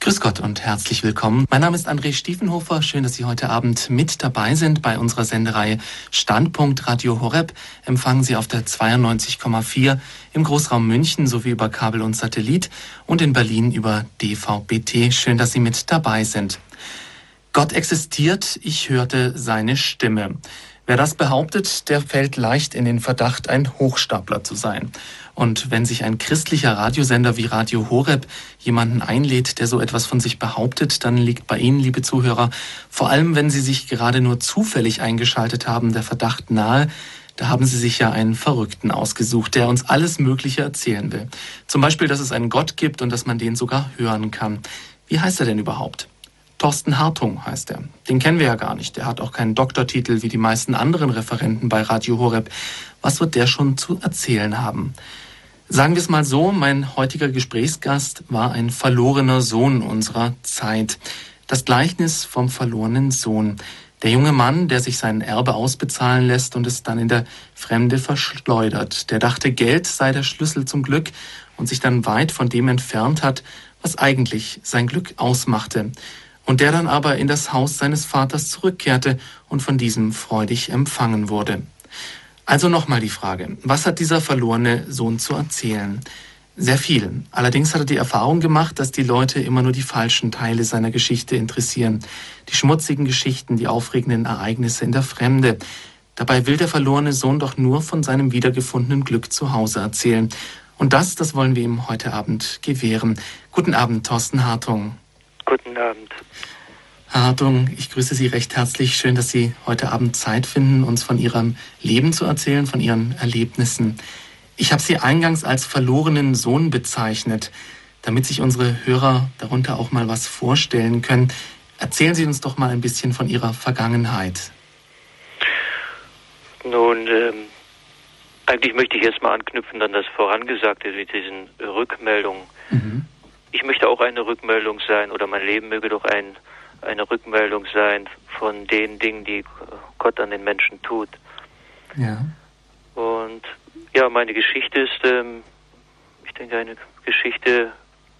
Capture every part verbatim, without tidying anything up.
Grüß Gott und herzlich willkommen. Mein Name ist André Stiefenhofer. Schön, dass Sie heute Abend mit dabei sind bei unserer Sendereihe Standpunkt Radio Horeb. Empfangen Sie auf der zweiundneunzig Komma vier im Großraum München sowie über Kabel und Satellit und in Berlin über D V B T. Schön, dass Sie mit dabei sind. Gott existiert, ich hörte seine Stimme. Wer das behauptet, der fällt leicht in den Verdacht, ein Hochstapler zu sein. Und wenn sich ein christlicher Radiosender wie Radio Horeb jemanden einlädt, der so etwas von sich behauptet, dann liegt bei Ihnen, liebe Zuhörer, vor allem wenn Sie sich gerade nur zufällig eingeschaltet haben, der Verdacht nahe, da haben Sie sich ja einen Verrückten ausgesucht, der uns alles Mögliche erzählen will. Zum Beispiel, dass es einen Gott gibt und dass man den sogar hören kann. Wie heißt er denn überhaupt? Thorsten Hartung heißt er. Den kennen wir ja gar nicht. Der hat auch keinen Doktortitel wie die meisten anderen Referenten bei Radio Horeb. Was wird der schon zu erzählen haben? Sagen wir es mal so, mein heutiger Gesprächsgast war ein verlorener Sohn unserer Zeit. Das Gleichnis vom verlorenen Sohn. Der junge Mann, der sich sein Erbe ausbezahlen lässt und es dann in der Fremde verschleudert. Der dachte, Geld sei der Schlüssel zum Glück und sich dann weit von dem entfernt hat, was eigentlich sein Glück ausmachte. Und der dann aber in das Haus seines Vaters zurückkehrte und von diesem freudig empfangen wurde. Also nochmal die Frage, was hat dieser verlorene Sohn zu erzählen? Sehr viel. Allerdings hat er die Erfahrung gemacht, dass die Leute immer nur die falschen Teile seiner Geschichte interessieren. Die schmutzigen Geschichten, die aufregenden Ereignisse in der Fremde. Dabei will der verlorene Sohn doch nur von seinem wiedergefundenen Glück zu Hause erzählen. Und das, das wollen wir ihm heute Abend gewähren. Guten Abend, Thorsten Hartung. Guten Abend. Herr Hartung, ich grüße Sie recht herzlich. Schön, dass Sie heute Abend Zeit finden, uns von Ihrem Leben zu erzählen, von Ihren Erlebnissen. Ich habe Sie eingangs als verlorenen Sohn bezeichnet, damit sich unsere Hörer darunter auch mal was vorstellen können. Erzählen Sie uns doch mal ein bisschen von Ihrer Vergangenheit. Nun, ähm, eigentlich möchte ich erst mal anknüpfen an das Vorangesagte mit diesen Rückmeldungen. Mhm. Ich möchte auch eine Rückmeldung sein, oder mein Leben möge doch ein, eine Rückmeldung sein von den Dingen, die Gott an den Menschen tut. Ja. Und ja, meine Geschichte ist, ähm, ich denke, eine Geschichte,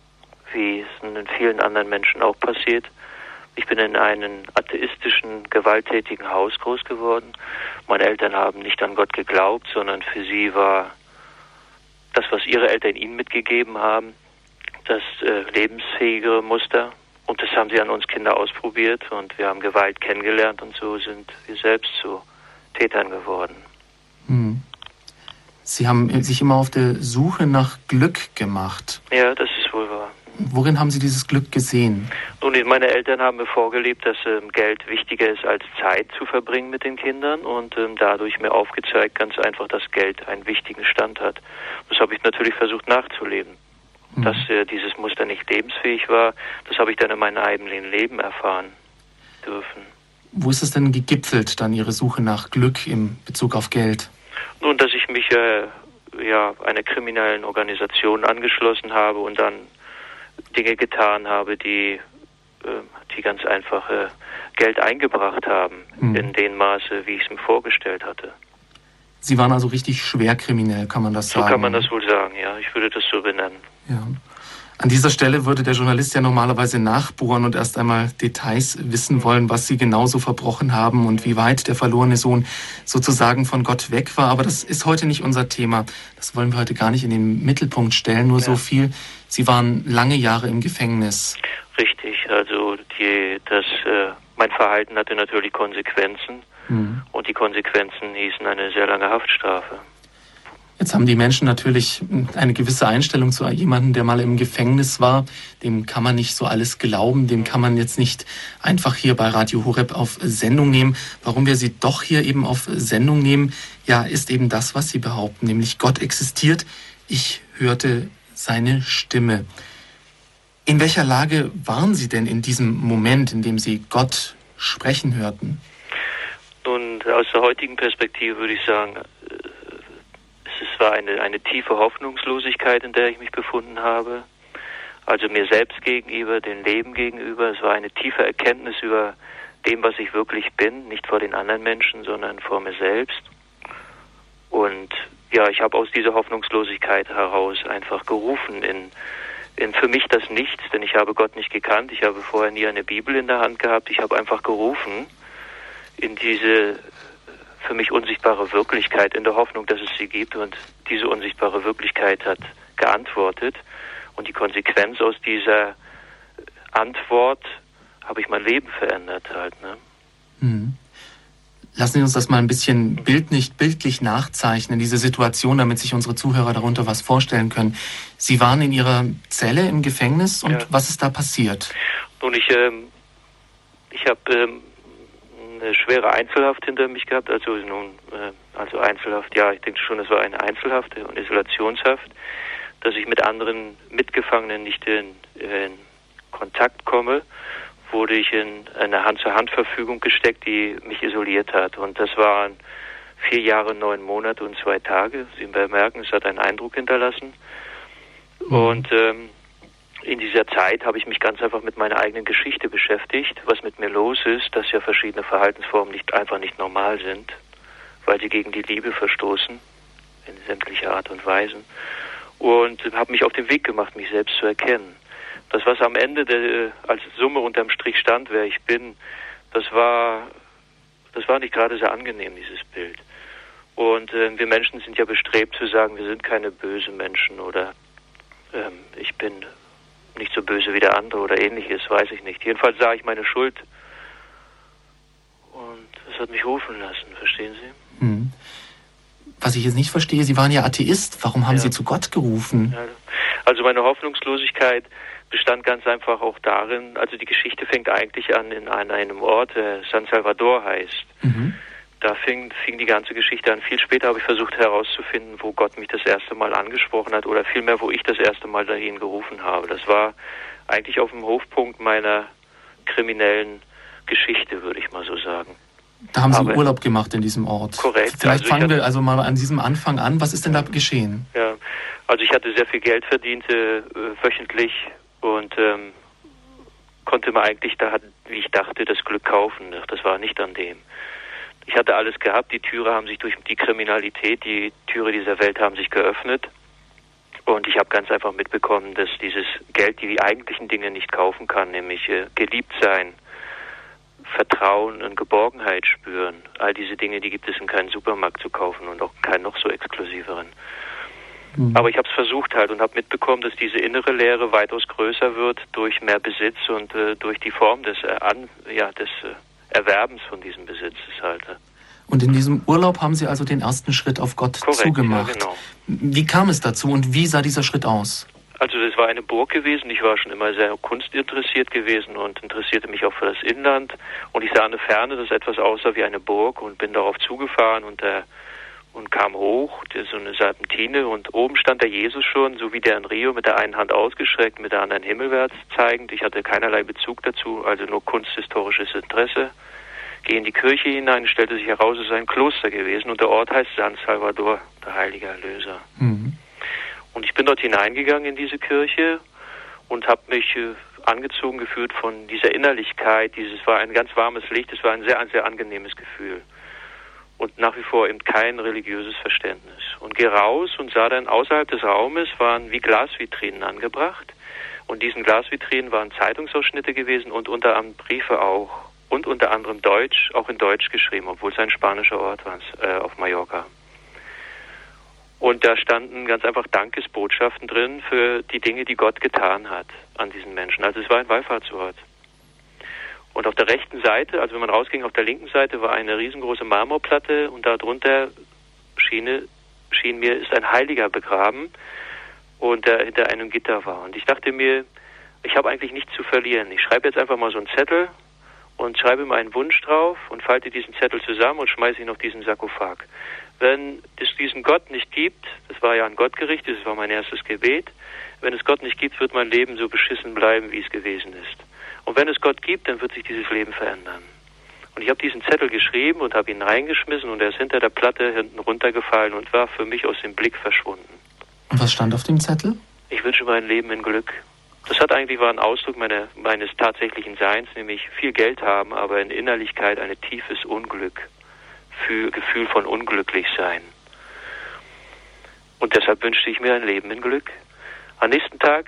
wie es in vielen anderen Menschen auch passiert. Ich bin in einem atheistischen, gewalttätigen Haus groß geworden. Meine Eltern haben nicht an Gott geglaubt, sondern für sie war das, was ihre Eltern ihnen mitgegeben haben, das äh, lebensfähigere Muster, und das haben sie an uns Kinder ausprobiert und wir haben Gewalt kennengelernt und so sind wir selbst zu Tätern geworden. Hm. Sie haben sich immer auf der Suche nach Glück gemacht. Ja, das ist wohl wahr. Worin haben Sie dieses Glück gesehen? Nun, meine Eltern haben mir vorgelebt, dass ähm, Geld wichtiger ist als Zeit zu verbringen mit den Kindern und ähm, dadurch mir aufgezeigt, ganz einfach, dass Geld einen wichtigen Stand hat. Das habe ich natürlich versucht nachzuleben. Dass äh, dieses Muster nicht lebensfähig war, das habe ich dann in meinem eigenen Leben erfahren dürfen. Wo ist es denn gegipfelt, dann Ihre Suche nach Glück in Bezug auf Geld? Nun, dass ich mich äh, ja einer kriminellen Organisation angeschlossen habe und dann Dinge getan habe, die, äh, die ganz einfach äh, Geld eingebracht haben, hm. in dem Maße, wie ich es mir vorgestellt hatte. Sie waren also richtig schwer kriminell, kann man das sagen? So kann man das wohl sagen, ja. Ich würde das so benennen. Ja. An dieser Stelle würde der Journalist ja normalerweise nachbohren und erst einmal Details wissen wollen, was Sie genau so verbrochen haben und wie weit der verlorene Sohn sozusagen von Gott weg war. Aber das ist heute nicht unser Thema. Das wollen wir heute gar nicht in den Mittelpunkt stellen. Nur ja. so viel, Sie waren lange Jahre im Gefängnis. Richtig, also die, das, äh, mein Verhalten hatte natürlich Konsequenzen. Mhm. Und die Konsequenzen hießen eine sehr lange Haftstrafe. Jetzt haben die Menschen natürlich eine gewisse Einstellung zu jemandem, der mal im Gefängnis war. Dem kann man nicht so alles glauben. Dem kann man jetzt nicht einfach hier bei Radio Horeb auf Sendung nehmen. Warum wir sie doch hier eben auf Sendung nehmen, ja, ist eben das, was sie behaupten. Nämlich Gott existiert. Ich hörte seine Stimme. In welcher Lage waren Sie denn in diesem Moment, in dem Sie Gott sprechen hörten? Nun, aus der heutigen Perspektive würde ich sagen, es war eine, eine tiefe Hoffnungslosigkeit, in der ich mich befunden habe. Also mir selbst gegenüber, dem Leben gegenüber. Es war eine tiefe Erkenntnis über dem, was ich wirklich bin. Nicht vor den anderen Menschen, sondern vor mir selbst. Und ja, ich habe aus dieser Hoffnungslosigkeit heraus einfach gerufen in, in, für mich das Nichts, denn ich habe Gott nicht gekannt. Ich habe vorher nie eine Bibel in der Hand gehabt. Ich habe einfach gerufen in diese für mich unsichtbare Wirklichkeit, in der Hoffnung, dass es sie gibt. Und diese unsichtbare Wirklichkeit hat geantwortet. Und die Konsequenz aus dieser Antwort habe ich mein Leben verändert halt. Ne? Hm. Lassen Sie uns das mal ein bisschen bildlich, bildlich nachzeichnen, diese Situation, damit sich unsere Zuhörer darunter was vorstellen können. Sie waren in Ihrer Zelle im Gefängnis und ja. Was ist da passiert? Nun, ich, ähm, ich habe ähm, eine schwere Einzelhaft hinter mich gehabt, also nun, äh, also Einzelhaft, ja, ich denke schon, es war eine Einzelhaft und Isolationshaft, dass ich mit anderen Mitgefangenen nicht in, in Kontakt komme, wurde ich in eine Hand-zu-Hand-Verfügung gesteckt, die mich isoliert hat. Und das waren vier Jahre, neun Monate und zwei Tage. Sie bemerken, es hat einen Eindruck hinterlassen. Mhm. Und ähm, in dieser Zeit habe ich mich ganz einfach mit meiner eigenen Geschichte beschäftigt, was mit mir los ist, dass ja verschiedene Verhaltensformen nicht einfach nicht normal sind, weil sie gegen die Liebe verstoßen, in sämtlicher Art und Weise. Und habe mich auf den Weg gemacht, mich selbst zu erkennen. Das, was am Ende der, als Summe unterm Strich stand, wer ich bin, das war, das war nicht gerade sehr angenehm, dieses Bild. Und äh, wir Menschen sind ja bestrebt zu sagen, wir sind keine bösen Menschen oder ähm, ich bin nicht so böse wie der andere oder ähnliches, weiß ich nicht. Jedenfalls sah ich meine Schuld und es hat mich rufen lassen, verstehen Sie? Hm. Was ich jetzt nicht verstehe, Sie waren ja Atheist, warum haben ja. Sie zu Gott gerufen? Ja. Also meine Hoffnungslosigkeit bestand ganz einfach auch darin, also die Geschichte fängt eigentlich an in einem Ort, der San Salvador heißt. Mhm. Da fing, fing die ganze Geschichte an. Viel später habe ich versucht herauszufinden, wo Gott mich das erste Mal angesprochen hat oder vielmehr, wo ich das erste Mal dahin gerufen habe. Das war eigentlich auf dem Hochpunkt meiner kriminellen Geschichte, würde ich mal so sagen. Da haben Sie Aber Urlaub gemacht in diesem Ort. Korrekt. Vielleicht also fangen wir also mal an diesem Anfang an. Was ist denn da geschehen? Ja, also ich hatte sehr viel Geld verdient, äh, wöchentlich und ähm, konnte mir eigentlich, da hat, wie ich dachte, das Glück kaufen. Das war nicht an dem. Ich hatte alles gehabt, die Türe haben sich durch die Kriminalität, die Türe dieser Welt haben sich geöffnet und ich habe ganz einfach mitbekommen, dass dieses Geld die eigentlichen Dinge nicht kaufen kann, nämlich äh, geliebt sein, Vertrauen und Geborgenheit spüren. All diese Dinge, die gibt es in keinem Supermarkt zu kaufen und auch keinen noch so exklusiveren. Mhm. Aber ich habe es versucht halt und habe mitbekommen, dass diese innere Leere weitaus größer wird durch mehr Besitz und äh, durch die Form des, äh, an, ja, des äh, Erwerbens von diesem Besitz halt. Und in diesem Urlaub haben Sie also den ersten Schritt auf Gott Korrekt, zugemacht. Ja, genau. Wie kam es dazu und wie sah dieser Schritt aus? Also das war eine Burg gewesen. Ich war schon immer sehr kunstinteressiert gewesen und interessierte mich auch für das Inland. Und ich sah an der Ferne, dass etwas aussah wie eine Burg und bin darauf zugefahren und der und kam hoch, so eine Serpentine und oben stand der Jesus schon, so wie der in Rio, mit der einen Hand ausgestreckt, mit der anderen himmelwärts zeigend. Ich hatte keinerlei Bezug dazu, also nur kunsthistorisches Interesse. Gehe in die Kirche hinein, stellte sich heraus, es sei ein Kloster gewesen und der Ort heißt San Salvador, der heilige Erlöser. Mhm. Und ich bin dort hineingegangen in diese Kirche und habe mich äh, angezogen gefühlt von dieser Innerlichkeit. Dieses war ein ganz warmes Licht, es war ein sehr, ein sehr angenehmes Gefühl. Und nach wie vor eben kein religiöses Verständnis. Und gehe raus und sah dann, außerhalb des Raumes waren wie Glasvitrinen angebracht. Und diesen Glasvitrinen waren Zeitungsausschnitte gewesen und unter anderem Briefe auch. Und unter anderem Deutsch, auch in Deutsch geschrieben, obwohl es ein spanischer Ort war, äh, auf Mallorca. Und da standen ganz einfach Dankesbotschaften drin für die Dinge, die Gott getan hat an diesen Menschen. Also es war ein Wallfahrtsort. Und auf der rechten Seite, also wenn man rausging, auf der linken Seite war eine riesengroße Marmorplatte und darunter schien, schien mir, ist ein Heiliger begraben und der hinter einem Gitter war. Und ich dachte mir, ich habe eigentlich nichts zu verlieren. Ich schreibe jetzt einfach mal so einen Zettel und schreibe mir einen Wunsch drauf und falte diesen Zettel zusammen und schmeiße ihn auf diesen Sarkophag. Wenn es diesen Gott nicht gibt, das war ja an Gott gerichtet, das war mein erstes Gebet, wenn es Gott nicht gibt, wird mein Leben so beschissen bleiben, wie es gewesen ist. Und wenn es Gott gibt, dann wird sich dieses Leben verändern. Und ich habe diesen Zettel geschrieben und habe ihn reingeschmissen und er ist hinter der Platte hinten runtergefallen und war für mich aus dem Blick verschwunden. Und was stand auf dem Zettel? Ich wünsche mein Leben in Glück. Das hat eigentlich war ein Ausdruck meiner, meines tatsächlichen Seins, nämlich viel Geld haben, aber in Innerlichkeit ein tiefes Unglück, für Gefühl von Unglücklichsein. Und deshalb wünschte ich mir ein Leben in Glück. Am nächsten Tag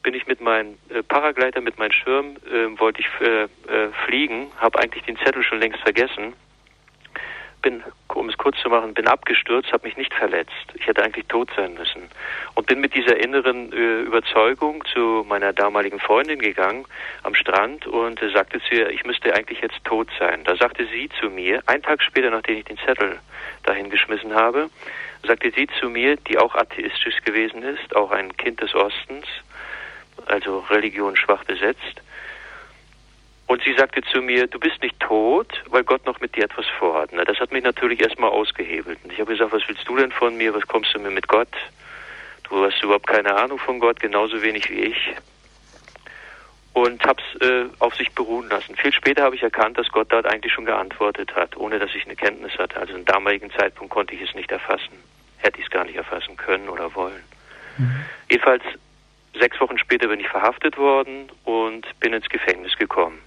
bin ich mit meinem äh, Paragleiter, mit meinem Schirm, äh, wollte ich äh, äh, fliegen, habe eigentlich den Zettel schon längst vergessen. Bin, um es kurz zu machen, bin abgestürzt, habe mich nicht verletzt. Ich hätte eigentlich tot sein müssen. Und bin mit dieser inneren äh, Überzeugung zu meiner damaligen Freundin gegangen am Strand und äh, sagte zu ihr, ich müsste eigentlich jetzt tot sein. Da sagte sie zu mir, einen Tag später, nachdem ich den Zettel dahin geschmissen habe, sagte sie zu mir, die auch atheistisch gewesen ist, auch ein Kind des Ostens, also Religion schwach besetzt. Und sie sagte zu mir, du bist nicht tot, weil Gott noch mit dir etwas vorhat. Na, das hat mich natürlich erstmal ausgehebelt. Und ich habe gesagt, was willst du denn von mir? Was kommst du mir mit Gott? Du hast überhaupt keine Ahnung von Gott, genauso wenig wie ich. Und habe es äh, auf sich beruhen lassen. Viel später habe ich erkannt, dass Gott dort eigentlich schon geantwortet hat, ohne dass ich eine Kenntnis hatte. Also im damaligen Zeitpunkt konnte ich es nicht erfassen. Hätte ich es gar nicht erfassen können oder wollen. Mhm. Jedenfalls, sechs Wochen später bin ich verhaftet worden und bin ins Gefängnis gekommen.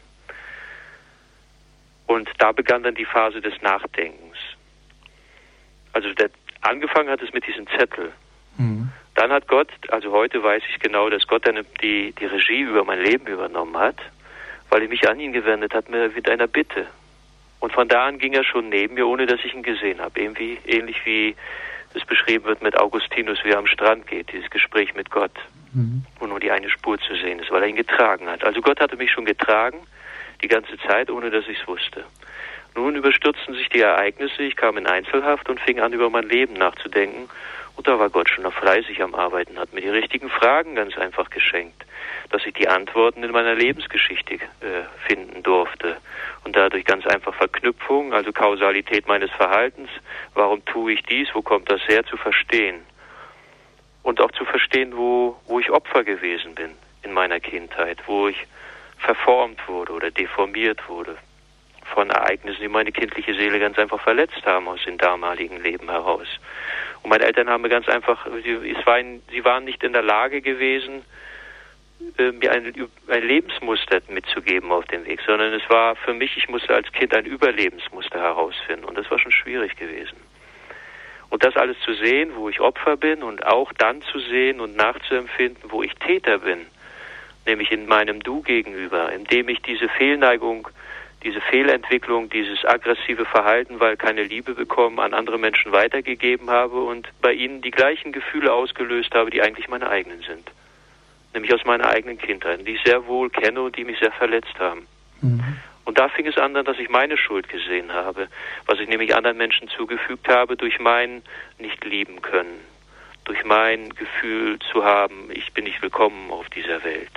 Und da begann dann die Phase des Nachdenkens. Also der, angefangen hat es mit diesem Zettel. Mhm. Dann hat Gott, also heute weiß ich genau, dass Gott dann die, die Regie über mein Leben übernommen hat, weil ich mich an ihn gewendet habe mit einer Bitte. Und von da an ging er schon neben mir, ohne dass ich ihn gesehen habe. Irgendwie ähnlich wie es beschrieben wird mit Augustinus, wie er am Strand geht, dieses Gespräch mit Gott, mhm. wo nur die eine Spur zu sehen ist, weil er ihn getragen hat. Also Gott hatte mich schon getragen, die ganze Zeit, ohne dass ich es wusste. Nun überstürzten sich die Ereignisse, ich kam in Einzelhaft und fing an, über mein Leben nachzudenken. Und da war Gott schon noch fleißig am Arbeiten, hat mir die richtigen Fragen ganz einfach geschenkt, dass ich die Antworten in meiner Lebensgeschichte äh, finden durfte. Und dadurch ganz einfach Verknüpfung, also Kausalität meines Verhaltens, warum tue ich dies, wo kommt das her, zu verstehen. Und auch zu verstehen, wo, wo ich Opfer gewesen bin in meiner Kindheit, wo ich verformt wurde oder deformiert wurde von Ereignissen, die meine kindliche Seele ganz einfach verletzt haben aus dem damaligen Leben heraus. Und meine Eltern haben mir ganz einfach, sie, es war ein, sie waren nicht in der Lage gewesen, äh, mir ein, ein Lebensmuster mitzugeben auf dem Weg, sondern es war für mich, ich musste als Kind ein Überlebensmuster herausfinden und das war schon schwierig gewesen. Und das alles zu sehen, wo ich Opfer bin und auch dann zu sehen und nachzuempfinden, wo ich Täter bin, nämlich in meinem Du gegenüber, indem ich diese Fehlneigung, diese Fehlentwicklung, dieses aggressive Verhalten, weil keine Liebe bekommen, an andere Menschen weitergegeben habe und bei ihnen die gleichen Gefühle ausgelöst habe, die eigentlich meine eigenen sind. Nämlich aus meiner eigenen Kindheit, die ich sehr wohl kenne und die mich sehr verletzt haben. Mhm. Und da fing es an, dass ich meine Schuld gesehen habe, was ich nämlich anderen Menschen zugefügt habe durch mein Nicht-Lieben-Können, durch mein Gefühl zu haben, ich bin nicht willkommen auf dieser Welt.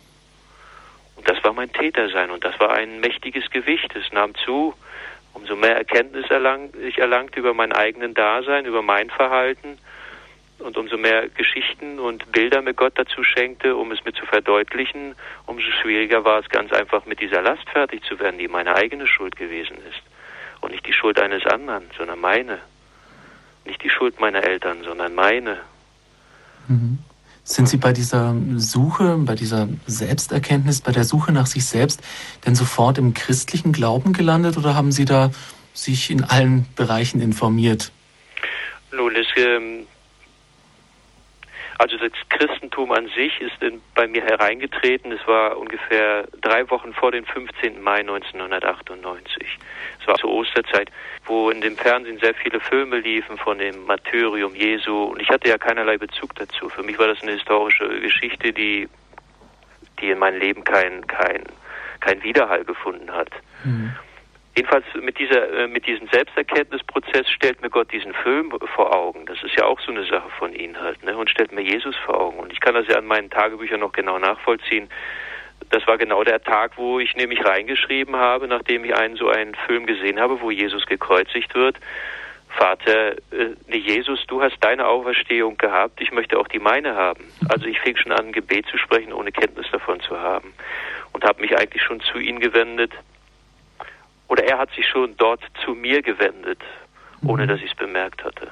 Und das war mein Tätersein und das war ein mächtiges Gewicht. Es nahm zu, umso mehr Erkenntnis erlang, ich erlangte über mein eigenen Dasein, über mein Verhalten und umso mehr Geschichten und Bilder mir Gott dazu schenkte, um es mir zu verdeutlichen, umso schwieriger war es ganz einfach, mit dieser Last fertig zu werden, die meine eigene Schuld gewesen ist. Und nicht die Schuld eines anderen, sondern meine. Nicht die Schuld meiner Eltern, sondern meine. Mhm. Sind Sie bei dieser Suche, bei dieser Selbsterkenntnis, bei der Suche nach sich selbst denn sofort im christlichen Glauben gelandet oder haben Sie da sich in allen Bereichen informiert? Nun, es, ähm, also das Christentum an sich ist in, bei mir hereingetreten. Es war ungefähr drei Wochen vor dem fünfzehnten Mai neunzehnhundertachtundneunzig. Es war zur Osterzeit, wo in dem Fernsehen sehr viele Filme liefen von dem Martyrium Jesu. Und ich hatte ja keinerlei Bezug dazu. Für mich war das eine historische Geschichte, die, die in meinem Leben kein, kein, kein Widerhall gefunden hat. Mhm. Jedenfalls mit dieser, mit diesem Selbsterkenntnisprozess stellt mir Gott diesen Film vor Augen. Das ist ja auch so eine Sache von Ihnen halt, ne? Und stellt mir Jesus vor Augen. Und ich kann das ja an meinen Tagebüchern noch genau nachvollziehen. Das war genau der Tag, wo ich nämlich reingeschrieben habe, nachdem ich einen so einen Film gesehen habe, wo Jesus gekreuzigt wird. Vater, äh, Jesus, du hast deine Auferstehung gehabt, ich möchte auch die meine haben. Also ich fing schon an, ein Gebet zu sprechen, ohne Kenntnis davon zu haben. Und habe mich eigentlich schon zu ihm gewendet. Oder er hat sich schon dort zu mir gewendet, ohne dass ich es bemerkt hatte.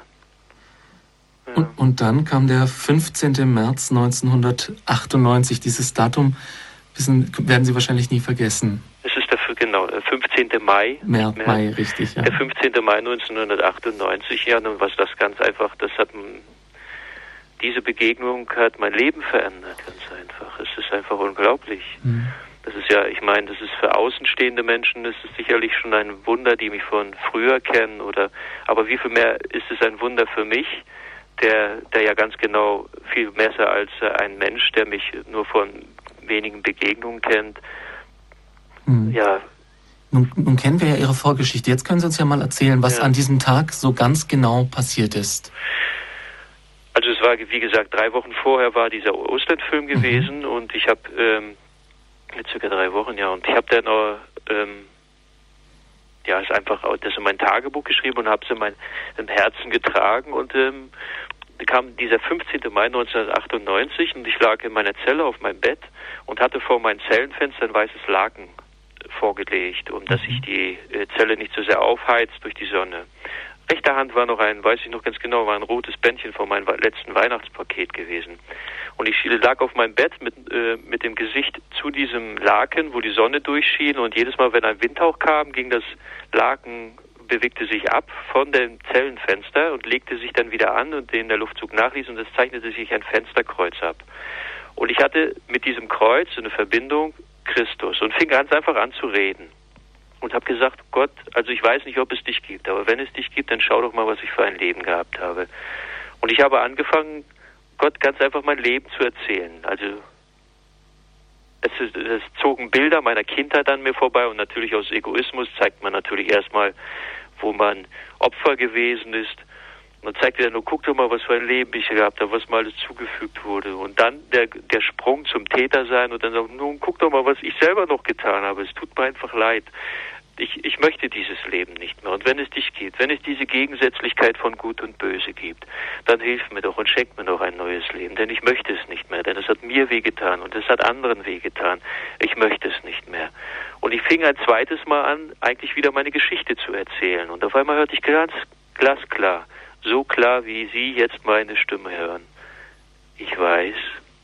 Ja. Und, und dann kam der fünfzehnten März neunzehnhundertachtundneunzig, dieses Datum wissen, werden Sie wahrscheinlich nie vergessen. Es ist der, genau, der fünfzehnten Mai. März, Mai, richtig, ja. Der fünfzehnten Mai neunzehnhundertachtundneunzig, ja, nun was das ganz einfach, das hat, diese Begegnung hat mein Leben verändert, ganz einfach. Es ist einfach unglaublich. Mhm. Das ist ja, ich meine, das ist für außenstehende Menschen, das ist sicherlich schon ein Wunder, die mich von früher kennen, oder, aber wie viel mehr ist es ein Wunder für mich, der, der ja ganz genau viel besser als ein Mensch, der mich nur von wenigen Begegnungen kennt. Mhm. Ja. Nun, nun kennen wir ja Ihre Vorgeschichte. Jetzt können Sie uns ja mal erzählen, was ja. an diesem Tag so ganz genau passiert ist. Also es war, wie gesagt, drei Wochen vorher war dieser Osternfilm gewesen, mhm. und ich habe ähm, circa drei Wochen, ja, und ich habe dann auch, ähm, ja, ist einfach das in mein Tagebuch geschrieben und habe es in mein im Herzen getragen, und ähm, da kam dieser fünfzehnten Mai neunzehnhundertachtundneunzig und ich lag in meiner Zelle auf meinem Bett und hatte vor meinem Zellenfenster ein weißes Laken vorgelegt, um dass sich die äh, Zelle nicht so sehr aufheizt durch die Sonne. Rechter Hand war noch ein, weiß ich noch ganz genau, war ein rotes Bändchen von meinem letzten Weihnachtspaket gewesen. Und ich lag auf meinem Bett mit, äh, mit dem Gesicht zu diesem Laken, wo die Sonne durchschien, und jedes Mal, wenn ein Windhauch kam, ging das Laken, bewegte sich ab von dem Zellenfenster und legte sich dann wieder an, und den der Luftzug nachließ, und es zeichnete sich ein Fensterkreuz ab. Und ich hatte mit diesem Kreuz eine Verbindung Christus und fing ganz einfach an zu reden. Und habe gesagt, Gott, also ich weiß nicht, ob es dich gibt, aber wenn es dich gibt, dann schau doch mal, was ich für ein Leben gehabt habe. Und ich habe angefangen, Gott ganz einfach mein Leben zu erzählen. Also es, es zogen Bilder meiner Kindheit an mir vorbei, und natürlich aus Egoismus zeigt man natürlich erstmal, wo man Opfer gewesen ist. Und dann zeigt er nur, guck doch mal, was für ein Leben ich gehabt habe, was mal alles zugefügt wurde. Und dann der, der Sprung zum Täter sein und dann sagen, nun guck doch mal, was ich selber noch getan habe. Es tut mir einfach leid. Ich, ich möchte dieses Leben nicht mehr. Und wenn es dich gibt, wenn es diese Gegensätzlichkeit von Gut und Böse gibt, dann hilf mir doch und schenk mir doch ein neues Leben. Denn ich möchte es nicht mehr. Denn es hat mir wehgetan und es hat anderen wehgetan. Ich möchte es nicht mehr. Und ich fing ein zweites Mal an, eigentlich wieder meine Geschichte zu erzählen. Und auf einmal hörte ich ganz glasklar, so klar, wie Sie jetzt meine Stimme hören. Ich weiß.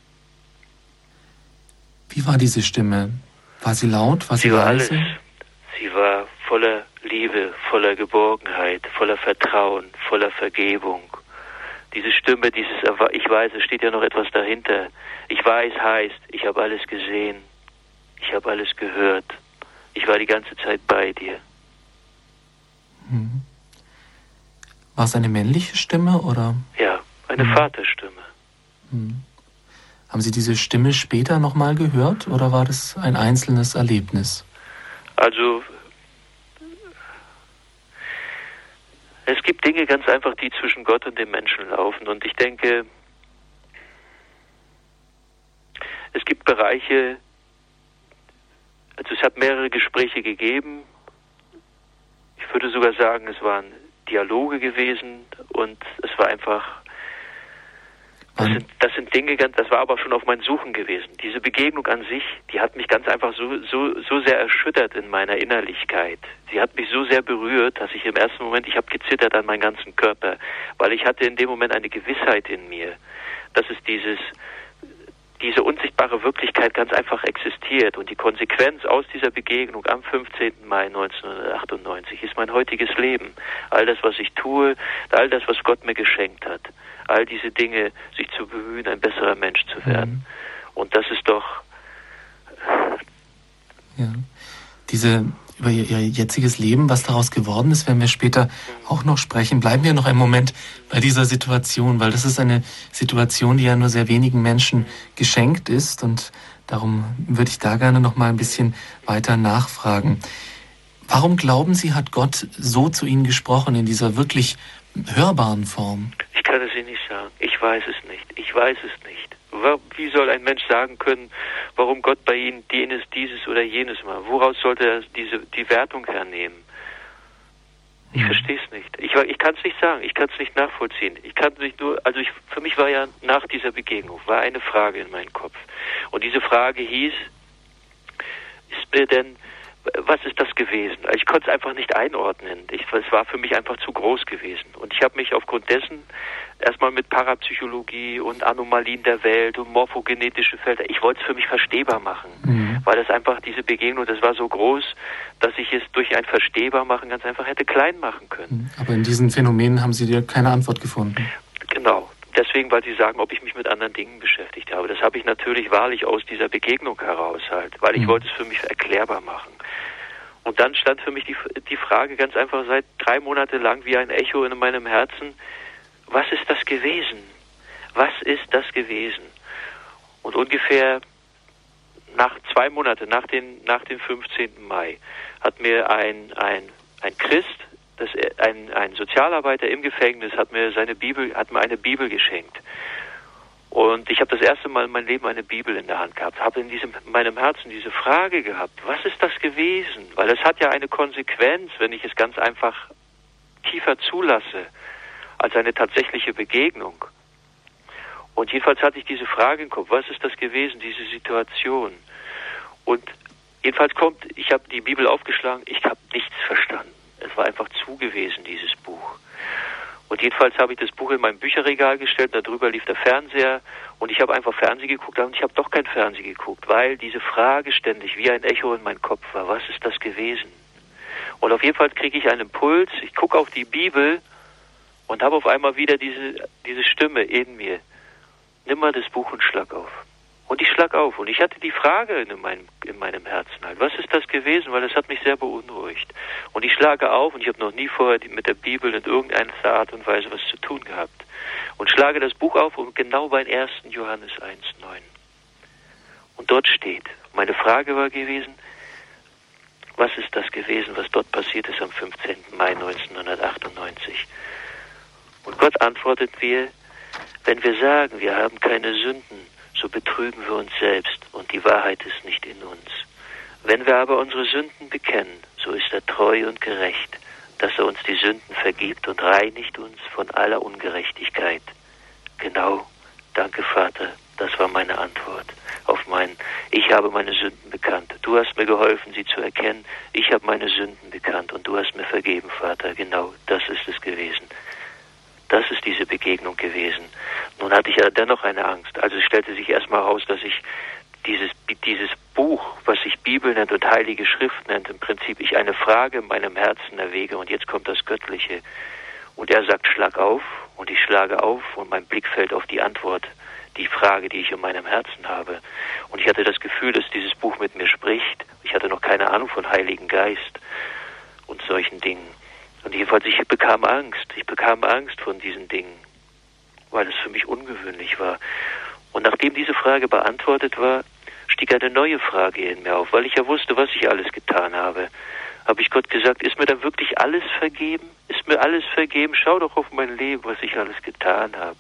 Wie war diese Stimme? War sie laut? War sie, sie war leise? Alles. Sie war voller Liebe, voller Geborgenheit, voller Vertrauen, voller Vergebung. Diese Stimme, dieses Ich weiß, es steht ja noch etwas dahinter. Ich weiß heißt, ich habe alles gesehen, ich habe alles gehört. Ich war die ganze Zeit bei dir. Hm. War es eine männliche Stimme, oder? Ja, eine hm. Vaterstimme. Hm. Haben Sie diese Stimme später nochmal gehört, oder war das ein einzelnes Erlebnis? Also, es gibt Dinge ganz einfach, die zwischen Gott und dem Menschen laufen. Und ich denke, es gibt Bereiche, also es hat mehrere Gespräche gegeben. Ich würde sogar sagen, es waren Dialoge gewesen, und es war einfach, das sind, das sind Dinge, das war aber schon auf mein Suchen gewesen. Diese Begegnung an sich, die hat mich ganz einfach so, so, so sehr erschüttert in meiner Innerlichkeit. Sie hat mich so sehr berührt, dass ich im ersten Moment, ich habe gezittert an meinem ganzen Körper, weil ich hatte in dem Moment eine Gewissheit in mir, dass es dieses, diese unsichtbare Wirklichkeit ganz einfach existiert, und die Konsequenz aus dieser Begegnung am fünfzehnten Mai neunzehnhundertachtundneunzig ist mein heutiges Leben. All das, was ich tue, all das, was Gott mir geschenkt hat, all diese Dinge, sich zu bemühen, ein besserer Mensch zu werden. Mhm. Und das ist doch... Ja, diese... Über ihr, ihr jetziges Leben, was daraus geworden ist, werden wir später auch noch sprechen. Bleiben wir noch einen Moment bei dieser Situation, weil das ist eine Situation, die ja nur sehr wenigen Menschen geschenkt ist, und darum würde ich da gerne noch mal ein bisschen weiter nachfragen. Warum glauben Sie, hat Gott so zu Ihnen gesprochen, in dieser wirklich hörbaren Form? Ich kann es Ihnen nicht sagen. Ich weiß es nicht. Ich weiß es nicht. Wie soll ein Mensch sagen können, warum Gott bei Ihnen jenes, dieses oder jenes macht? Woraus sollte er diese, die Wertung hernehmen? Ich mhm. verstehe es nicht. Ich, ich kann es nicht sagen. Ich kann es nicht nachvollziehen. Ich kann nicht nur, also ich, für mich war ja nach dieser Begegnung, war eine Frage in meinem Kopf. Und diese Frage hieß, ist mir denn, was ist das gewesen? Ich konnte es einfach nicht einordnen. Ich, es war für mich einfach zu groß gewesen. Und ich habe mich aufgrund dessen erstmal mit Parapsychologie und Anomalien der Welt und morphogenetische Felder, ich wollte es für mich verstehbar machen. Mhm. Weil das einfach, diese Begegnung, das war so groß, dass ich es durch ein Verstehbarmachen ganz einfach hätte klein machen können. Aber in diesen Phänomenen haben Sie dir keine Antwort gefunden? Genau. deswegen, weil Sie sagen, ob ich mich mit anderen Dingen beschäftigt habe. Das habe ich natürlich wahrlich aus dieser Begegnung heraus halt, weil ich mhm. wollte es für mich erklärbar machen. Und dann stand für mich die, die Frage ganz einfach seit drei Monate lang wie ein Echo in meinem Herzen, was ist das gewesen? Was ist das gewesen? Und ungefähr nach zwei Monaten, nach, den, nach dem fünfzehnten Mai, hat mir ein, ein, ein Christ, das, ein, ein Sozialarbeiter im Gefängnis, hat mir seine Bibel, hat mir eine Bibel geschenkt. Und ich habe das erste Mal in meinem Leben eine Bibel in der Hand gehabt, habe in diesem, in meinem Herzen diese Frage gehabt, was ist das gewesen? Weil es hat ja eine Konsequenz, wenn ich es ganz einfach tiefer zulasse, als eine tatsächliche Begegnung. Und jedenfalls hatte ich diese Frage im Kopf, was ist das gewesen, diese Situation? Und jedenfalls kommt, ich habe die Bibel aufgeschlagen, ich habe nichts verstanden. Es war einfach zu gewesen, dieses Buch. Und jedenfalls habe ich das Buch in mein Bücherregal gestellt, darüber lief der Fernseher und ich habe einfach Fernsehen geguckt und ich habe doch kein Fernsehen geguckt, weil diese Frage ständig wie ein Echo in meinem Kopf war, was ist das gewesen? Und auf jeden Fall kriege ich einen Impuls, ich gucke auf die Bibel und habe auf einmal wieder diese, diese Stimme in mir. Nimm mal das Buch und schlag auf. Und ich schlag auf. Und ich hatte die Frage in meinem, in meinem Herzen halt. Was ist das gewesen? Weil das hat mich sehr beunruhigt. Und ich schlage auf und ich habe noch nie vorher mit der Bibel in irgendeiner Art und Weise was zu tun gehabt. Und schlage das Buch auf und genau bei ersten Johannes eins neun. Und dort steht, meine Frage war gewesen, was ist das gewesen, was dort passiert ist am fünfzehnten Mai neunzehnhundertachtundneunzig? Und Gott antwortet mir, wenn wir sagen, wir haben keine Sünden, so betrügen wir uns selbst und die Wahrheit ist nicht in uns. Wenn wir aber unsere Sünden bekennen, so ist er treu und gerecht, dass er uns die Sünden vergibt und reinigt uns von aller Ungerechtigkeit. Genau, danke Vater, das war meine Antwort auf mein, ich habe meine Sünden bekannt. Du hast mir geholfen, sie zu erkennen. Ich habe meine Sünden bekannt und du hast mir vergeben, Vater. Genau, das ist es gewesen. Das ist diese Begegnung gewesen. Nun hatte ich ja dennoch eine Angst. Also es stellte sich erstmal heraus, dass ich dieses, dieses Buch, was sich Bibel nennt und Heilige Schrift nennt, im Prinzip ich eine Frage in meinem Herzen erwäge und jetzt kommt das Göttliche. Und er sagt, schlag auf und ich schlage auf und mein Blick fällt auf die Antwort, die Frage, die ich in meinem Herzen habe. Und ich hatte das Gefühl, dass dieses Buch mit mir spricht. Ich hatte noch keine Ahnung von Heiligen Geist und solchen Dingen. Und jedenfalls, ich bekam Angst. Ich bekam Angst von diesen Dingen, weil es für mich ungewöhnlich war. Und nachdem diese Frage beantwortet war, stieg eine neue Frage in mir auf, weil ich ja wusste, was ich alles getan habe. Habe ich Gott gesagt, ist mir dann wirklich alles vergeben? Ist mir alles vergeben? Schau doch auf mein Leben, was ich alles getan habe.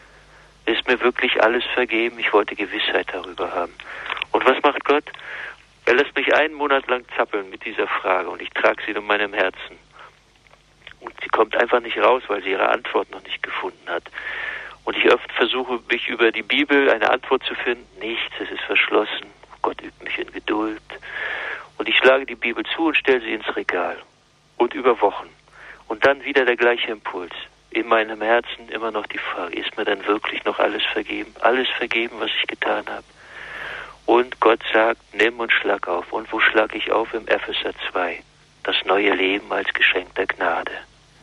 Ist mir wirklich alles vergeben? Ich wollte Gewissheit darüber haben. Und was macht Gott? Er lässt mich einen Monat lang zappeln mit dieser Frage und ich trage sie in meinem Herzen. Und sie kommt einfach nicht raus, weil sie ihre Antwort noch nicht gefunden hat. Und ich oft versuche, mich über die Bibel eine Antwort zu finden. Nichts, es ist verschlossen. Gott übt mich in Geduld. Und ich schlage die Bibel zu und stelle sie ins Regal. Und über Wochen. Und dann wieder der gleiche Impuls. In meinem Herzen immer noch die Frage, ist mir dann wirklich noch alles vergeben? Alles vergeben, was ich getan habe? Und Gott sagt, nimm und schlag auf. Und wo schlag ich auf? Im Epheser zwei. Das neue Leben als Geschenk der Gnade.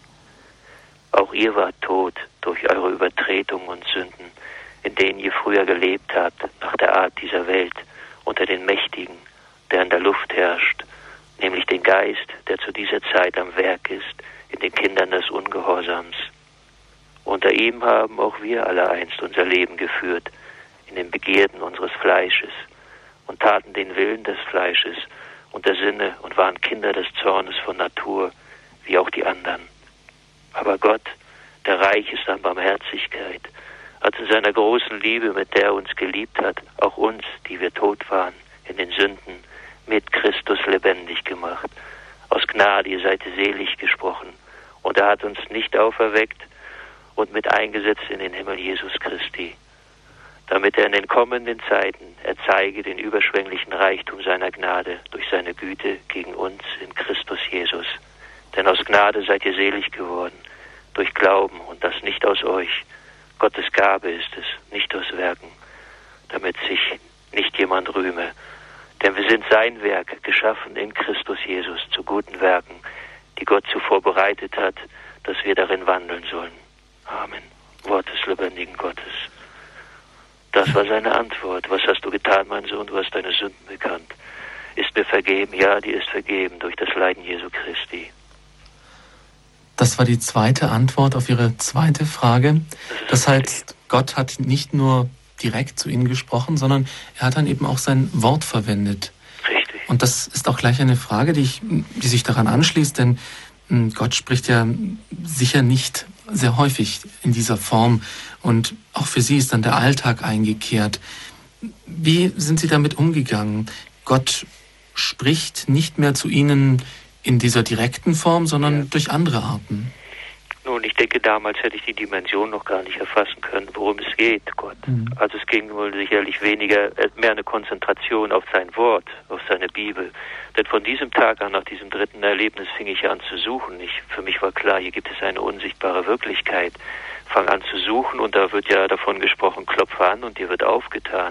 Auch ihr wart tot durch eure Übertretungen und Sünden, in denen ihr früher gelebt habt, nach der Art dieser Welt, unter den Mächtigen, der in der Luft herrscht, nämlich den Geist, der zu dieser Zeit am Werk ist, in den Kindern des Ungehorsams. Unter ihm haben auch wir alle einst unser Leben geführt, in den Begierden unseres Fleisches, und taten den Willen des Fleisches und der Sinne und waren Kinder des Zornes von Natur, wie auch die anderen. Aber Gott, der reich ist an Barmherzigkeit, hat in seiner großen Liebe, mit der er uns geliebt hat, auch uns, die wir tot waren, in den Sünden, mit Christus lebendig gemacht. Aus Gnade ihr seid selig gesprochen. Und er hat uns nicht auferweckt und mit eingesetzt in den Himmel Jesus Christi, damit er in den kommenden Zeiten erzeige den überschwänglichen Reichtum seiner Gnade durch seine Güte gegen uns in Christus Jesus. Denn aus Gnade seid ihr selig geworden, durch Glauben, und das nicht aus euch. Gottes Gabe ist es, nicht aus Werken, damit sich nicht jemand rühme. Denn wir sind sein Werk, geschaffen in Christus Jesus zu guten Werken, die Gott zuvor bereitet hat, dass wir darin wandeln sollen. Amen. Wort des lebendigen Gottes. Das war seine Antwort. Was hast du getan, mein Sohn? Du hast deine Sünden bekannt. Ist mir vergeben? Ja, die ist vergeben durch das Leiden Jesu Christi. Das war die zweite Antwort auf Ihre zweite Frage. Das heißt, Gott hat nicht nur direkt zu Ihnen gesprochen, sondern er hat dann eben auch sein Wort verwendet. Richtig. Und das ist auch gleich eine Frage, die, ich, die sich daran anschließt, denn Gott spricht ja sicher nicht sehr häufig in dieser Form und auch für Sie ist dann der Alltag eingekehrt. Wie sind Sie damit umgegangen? Gott spricht nicht mehr zu Ihnen in dieser direkten Form, sondern ja. durch andere Arten. Nun, ich denke, damals hätte ich die Dimension noch gar nicht erfassen können, worum es geht, Gott. Mhm. Also es ging wohl sicherlich weniger, mehr eine Konzentration auf sein Wort, auf seine Bibel. Denn von diesem Tag an, nach diesem dritten Erlebnis, fing ich an zu suchen. Ich, für mich war klar, hier gibt es eine unsichtbare Wirklichkeit. Fang an zu suchen und da wird ja davon gesprochen, klopfe an und dir wird aufgetan.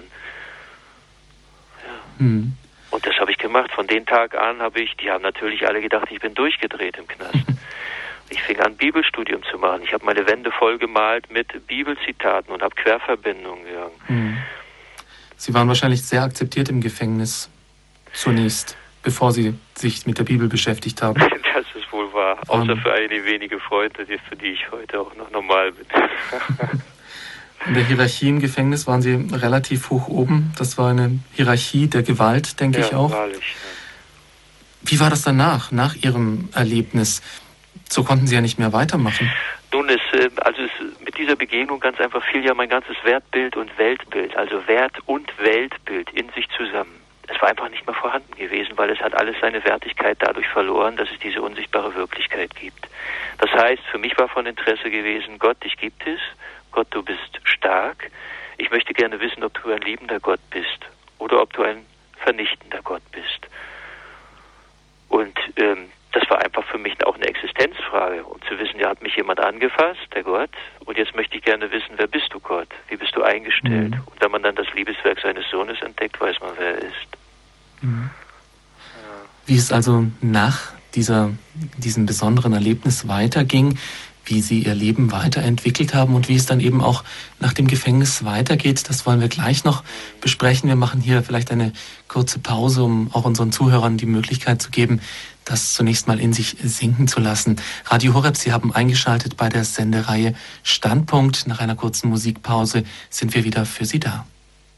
Ja. Mhm. Und das habe ich gemacht. Von dem Tag an habe ich, die haben natürlich alle gedacht, ich bin durchgedreht im Knast. Ich fing an, Bibelstudium zu machen. Ich habe meine Wände voll gemalt mit Bibelzitaten und habe Querverbindungen gegangen. Sie waren wahrscheinlich sehr akzeptiert im Gefängnis zunächst, bevor Sie sich mit der Bibel beschäftigt haben. Das ist wohl wahr. Um, Außer für einige wenige Freunde, für die ich heute auch noch normal bin. In der Hierarchie im Gefängnis waren Sie relativ hoch oben. Das war eine Hierarchie der Gewalt, denke ja, ich auch. Wahrlich, ja. Wie war das danach, nach Ihrem Erlebnis? So konnten Sie ja nicht mehr weitermachen. Nun, es, also es, mit dieser Begegnung ganz einfach fiel ja mein ganzes Wertbild und Weltbild, also Wert und Weltbild in sich zusammen. Es war einfach nicht mehr vorhanden gewesen, weil es hat alles seine Wertigkeit dadurch verloren, dass es diese unsichtbare Wirklichkeit gibt. Das heißt, für mich war von Interesse gewesen, Gott, dich gibt es. Gott, du bist stark. Ich möchte gerne wissen, ob du ein liebender Gott bist oder ob du ein vernichtender Gott bist. Und ähm, das war einfach für mich auch eine Existenzfrage, um zu wissen, ja, hat mich jemand angefasst, der Gott, und jetzt möchte ich gerne wissen, wer bist du, Gott? Wie bist du eingestellt? Mhm. Und wenn man dann das Liebeswerk seines Sohnes entdeckt, weiß man, wer er ist. Mhm. Ja. Wie es also nach dieser, diesem besonderen Erlebnis weiterging, wie Sie Ihr Leben weiterentwickelt haben und wie es dann eben auch nach dem Gefängnis weitergeht, das wollen wir gleich noch besprechen. Wir machen hier vielleicht eine kurze Pause, um auch unseren Zuhörern die Möglichkeit zu geben, das zunächst mal in sich sinken zu lassen. Radio Horeb, Sie haben eingeschaltet bei der Sendereihe Standpunkt. Nach einer kurzen Musikpause sind wir wieder für Sie da.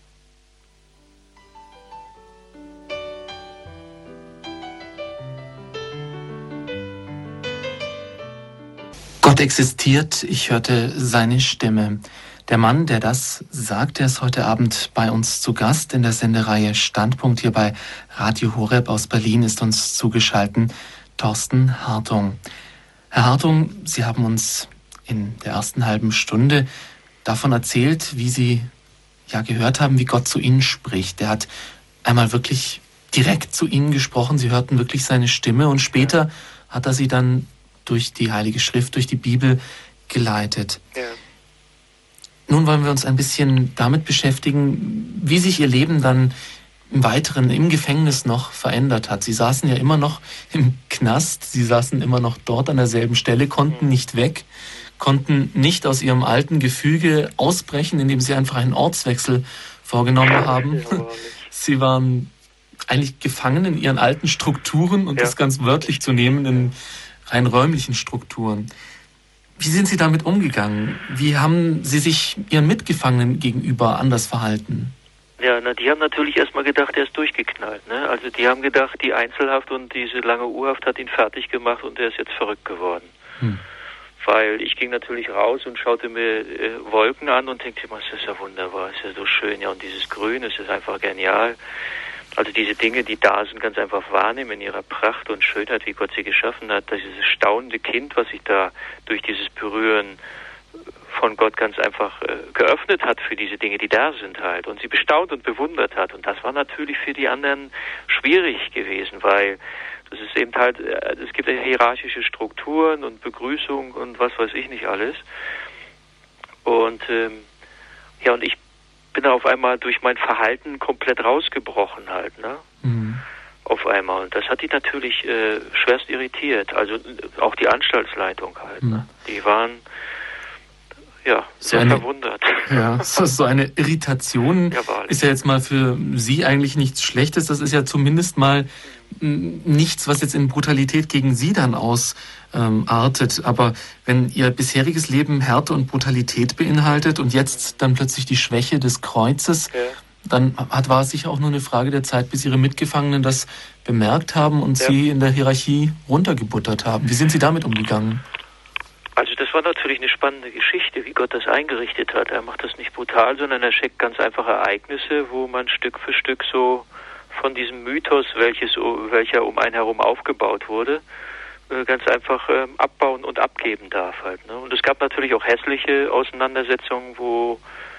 Gott existiert, ich hörte seine Stimme. Der Mann, der das sagt, der ist heute Abend bei uns zu Gast in der Sendereihe Standpunkt hier bei Radio Horeb aus Berlin, ist uns zugeschaltet Thorsten Hartung. Herr Hartung, Sie haben uns in der ersten halben Stunde davon erzählt, wie Sie ja gehört haben, wie Gott zu Ihnen spricht. Er hat einmal wirklich direkt zu Ihnen gesprochen, Sie hörten wirklich seine Stimme und später hat er Sie dann durch die Heilige Schrift, durch die Bibel geleitet. Ja. Nun wollen wir uns ein bisschen damit beschäftigen, wie sich Ihr Leben dann im Weiteren im Gefängnis noch verändert hat. Sie saßen ja immer noch im Knast, Sie saßen immer noch dort an derselben Stelle, konnten nicht weg, konnten nicht aus Ihrem alten Gefüge ausbrechen, indem Sie einfach einen Ortswechsel vorgenommen haben. Ja, Sie waren eigentlich gefangen in Ihren alten Strukturen und ja. das ganz wörtlich zu nehmen, in rein räumlichen Strukturen. Wie sind Sie damit umgegangen? Wie haben Sie sich Ihren Mitgefangenen gegenüber anders verhalten? Ja, na, die haben natürlich erstmal gedacht, er ist durchgeknallt. Ne? Also die haben gedacht, die Einzelhaft und diese lange Urhaft hat ihn fertig gemacht und er ist jetzt verrückt geworden. Hm. Weil ich ging natürlich raus und schaute mir äh, Wolken an und denkte immer, das ist ja wunderbar, ist ja so schön. Ja, und dieses Grün, es ist einfach genial. Also diese Dinge, die da sind, ganz einfach wahrnehmen in ihrer Pracht und Schönheit, wie Gott sie geschaffen hat. Dieses staunende Kind, was sich da durch dieses Berühren von Gott ganz einfach äh, geöffnet hat für diese Dinge, die da sind halt. Und sie bestaunt und bewundert hat. Und das war natürlich für die anderen schwierig gewesen, weil das ist eben halt, äh, es gibt hierarchische Strukturen und Begrüßung und was weiß ich nicht alles. Und ähm, ja, und ich bin auf einmal durch mein Verhalten komplett rausgebrochen halt, ne? Mhm. Auf einmal. Und das hat die natürlich äh, schwerst irritiert. Also auch die Anstaltsleitung halt, mhm. ne? Die waren, ja, so sehr eine, verwundert. Ja, so, so eine Irritation ja, ist ja jetzt mal für Sie eigentlich nichts Schlechtes. Das ist ja zumindest mal m, nichts, was jetzt in Brutalität gegen Sie dann ausartet. Ähm, Aber wenn Ihr bisheriges Leben Härte und Brutalität beinhaltet und jetzt dann plötzlich die Schwäche des Kreuzes, ja. dann hat, war es sicher auch nur eine Frage der Zeit, bis Ihre Mitgefangenen das bemerkt haben und ja. Sie in der Hierarchie runtergebuttert haben. Wie sind Sie damit umgegangen? Also das war natürlich eine spannende Geschichte, wie Gott das eingerichtet hat. Er macht das nicht brutal, sondern er schickt ganz einfach Ereignisse, wo man Stück für Stück so von diesem Mythos, welches, welcher um einen herum aufgebaut wurde, ganz einfach ähm, abbauen und abgeben darf halt. Ne? Und es gab natürlich auch hässliche Auseinandersetzungen, wo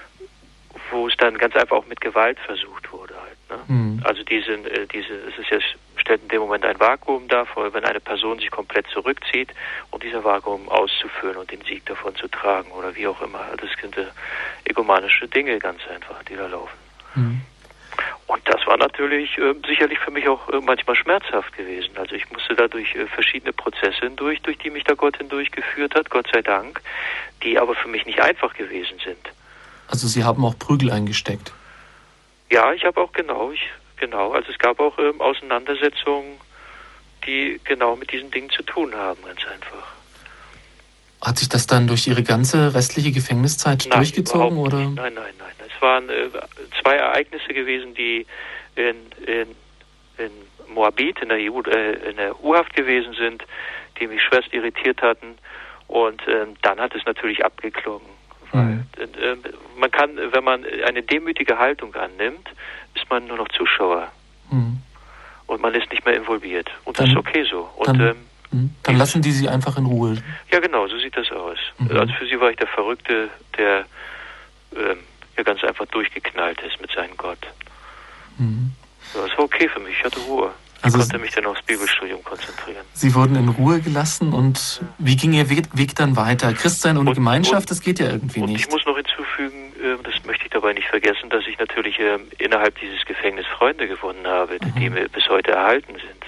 wo es dann ganz einfach auch mit Gewalt versucht wurde halt. Ne? Mhm. Also diese, äh, diese, es ist ja, stellt in dem Moment ein Vakuum dar, wenn eine Person sich komplett zurückzieht und dieser Vakuum auszuführen und den Sieg davon zu tragen oder wie auch immer. Das sind äh, egomanische Dinge ganz einfach, die da laufen. Mhm. Und das war natürlich äh, sicherlich für mich auch äh, manchmal schmerzhaft gewesen. Also ich musste da durch äh, verschiedene Prozesse hindurch, durch die mich da Gott hindurchgeführt hat, Gott sei Dank, die aber für mich nicht einfach gewesen sind. Also Sie haben auch Prügel eingesteckt? Ja, ich habe auch genau, ich genau. Also es gab auch ähm, Auseinandersetzungen, die genau mit diesen Dingen zu tun haben, ganz einfach. Hat sich das dann durch Ihre ganze restliche Gefängniszeit nein, durchgezogen oder? Nicht. Nein, nein, nein. Es waren äh, zwei Ereignisse gewesen, die in, in, in Moabit, in der, Ju, äh, in der U-Haft gewesen sind, die mich schwerst irritiert hatten. Und ähm, dann hat es natürlich abgeklungen. Weil, äh, man kann, wenn man eine demütige Haltung annimmt, ist man nur noch Zuschauer. Mhm. Und man ist nicht mehr involviert. Und dann, das ist okay so. Und, dann, ähm, dann lassen die Sie einfach in Ruhe. Ja, genau, so sieht das aus. Mhm. Also für sie war ich der Verrückte, der ähm, ja ganz einfach durchgeknallt ist mit seinem Gott. Mhm. Ja, das war okay für mich, ich hatte Ruhe. Ich also konnte mich dann aufs Bibelstudium konzentrieren. Sie wurden in Ruhe gelassen und ja. Wie ging Ihr Weg, Weg dann weiter? Christsein ohne und, Gemeinschaft, und, das geht ja irgendwie und nicht. Ich muss noch hinzufügen, äh, das möchte ich dabei nicht vergessen, dass ich natürlich äh, innerhalb dieses Gefängnisses Freunde gewonnen habe, mhm. die mir bis heute erhalten sind.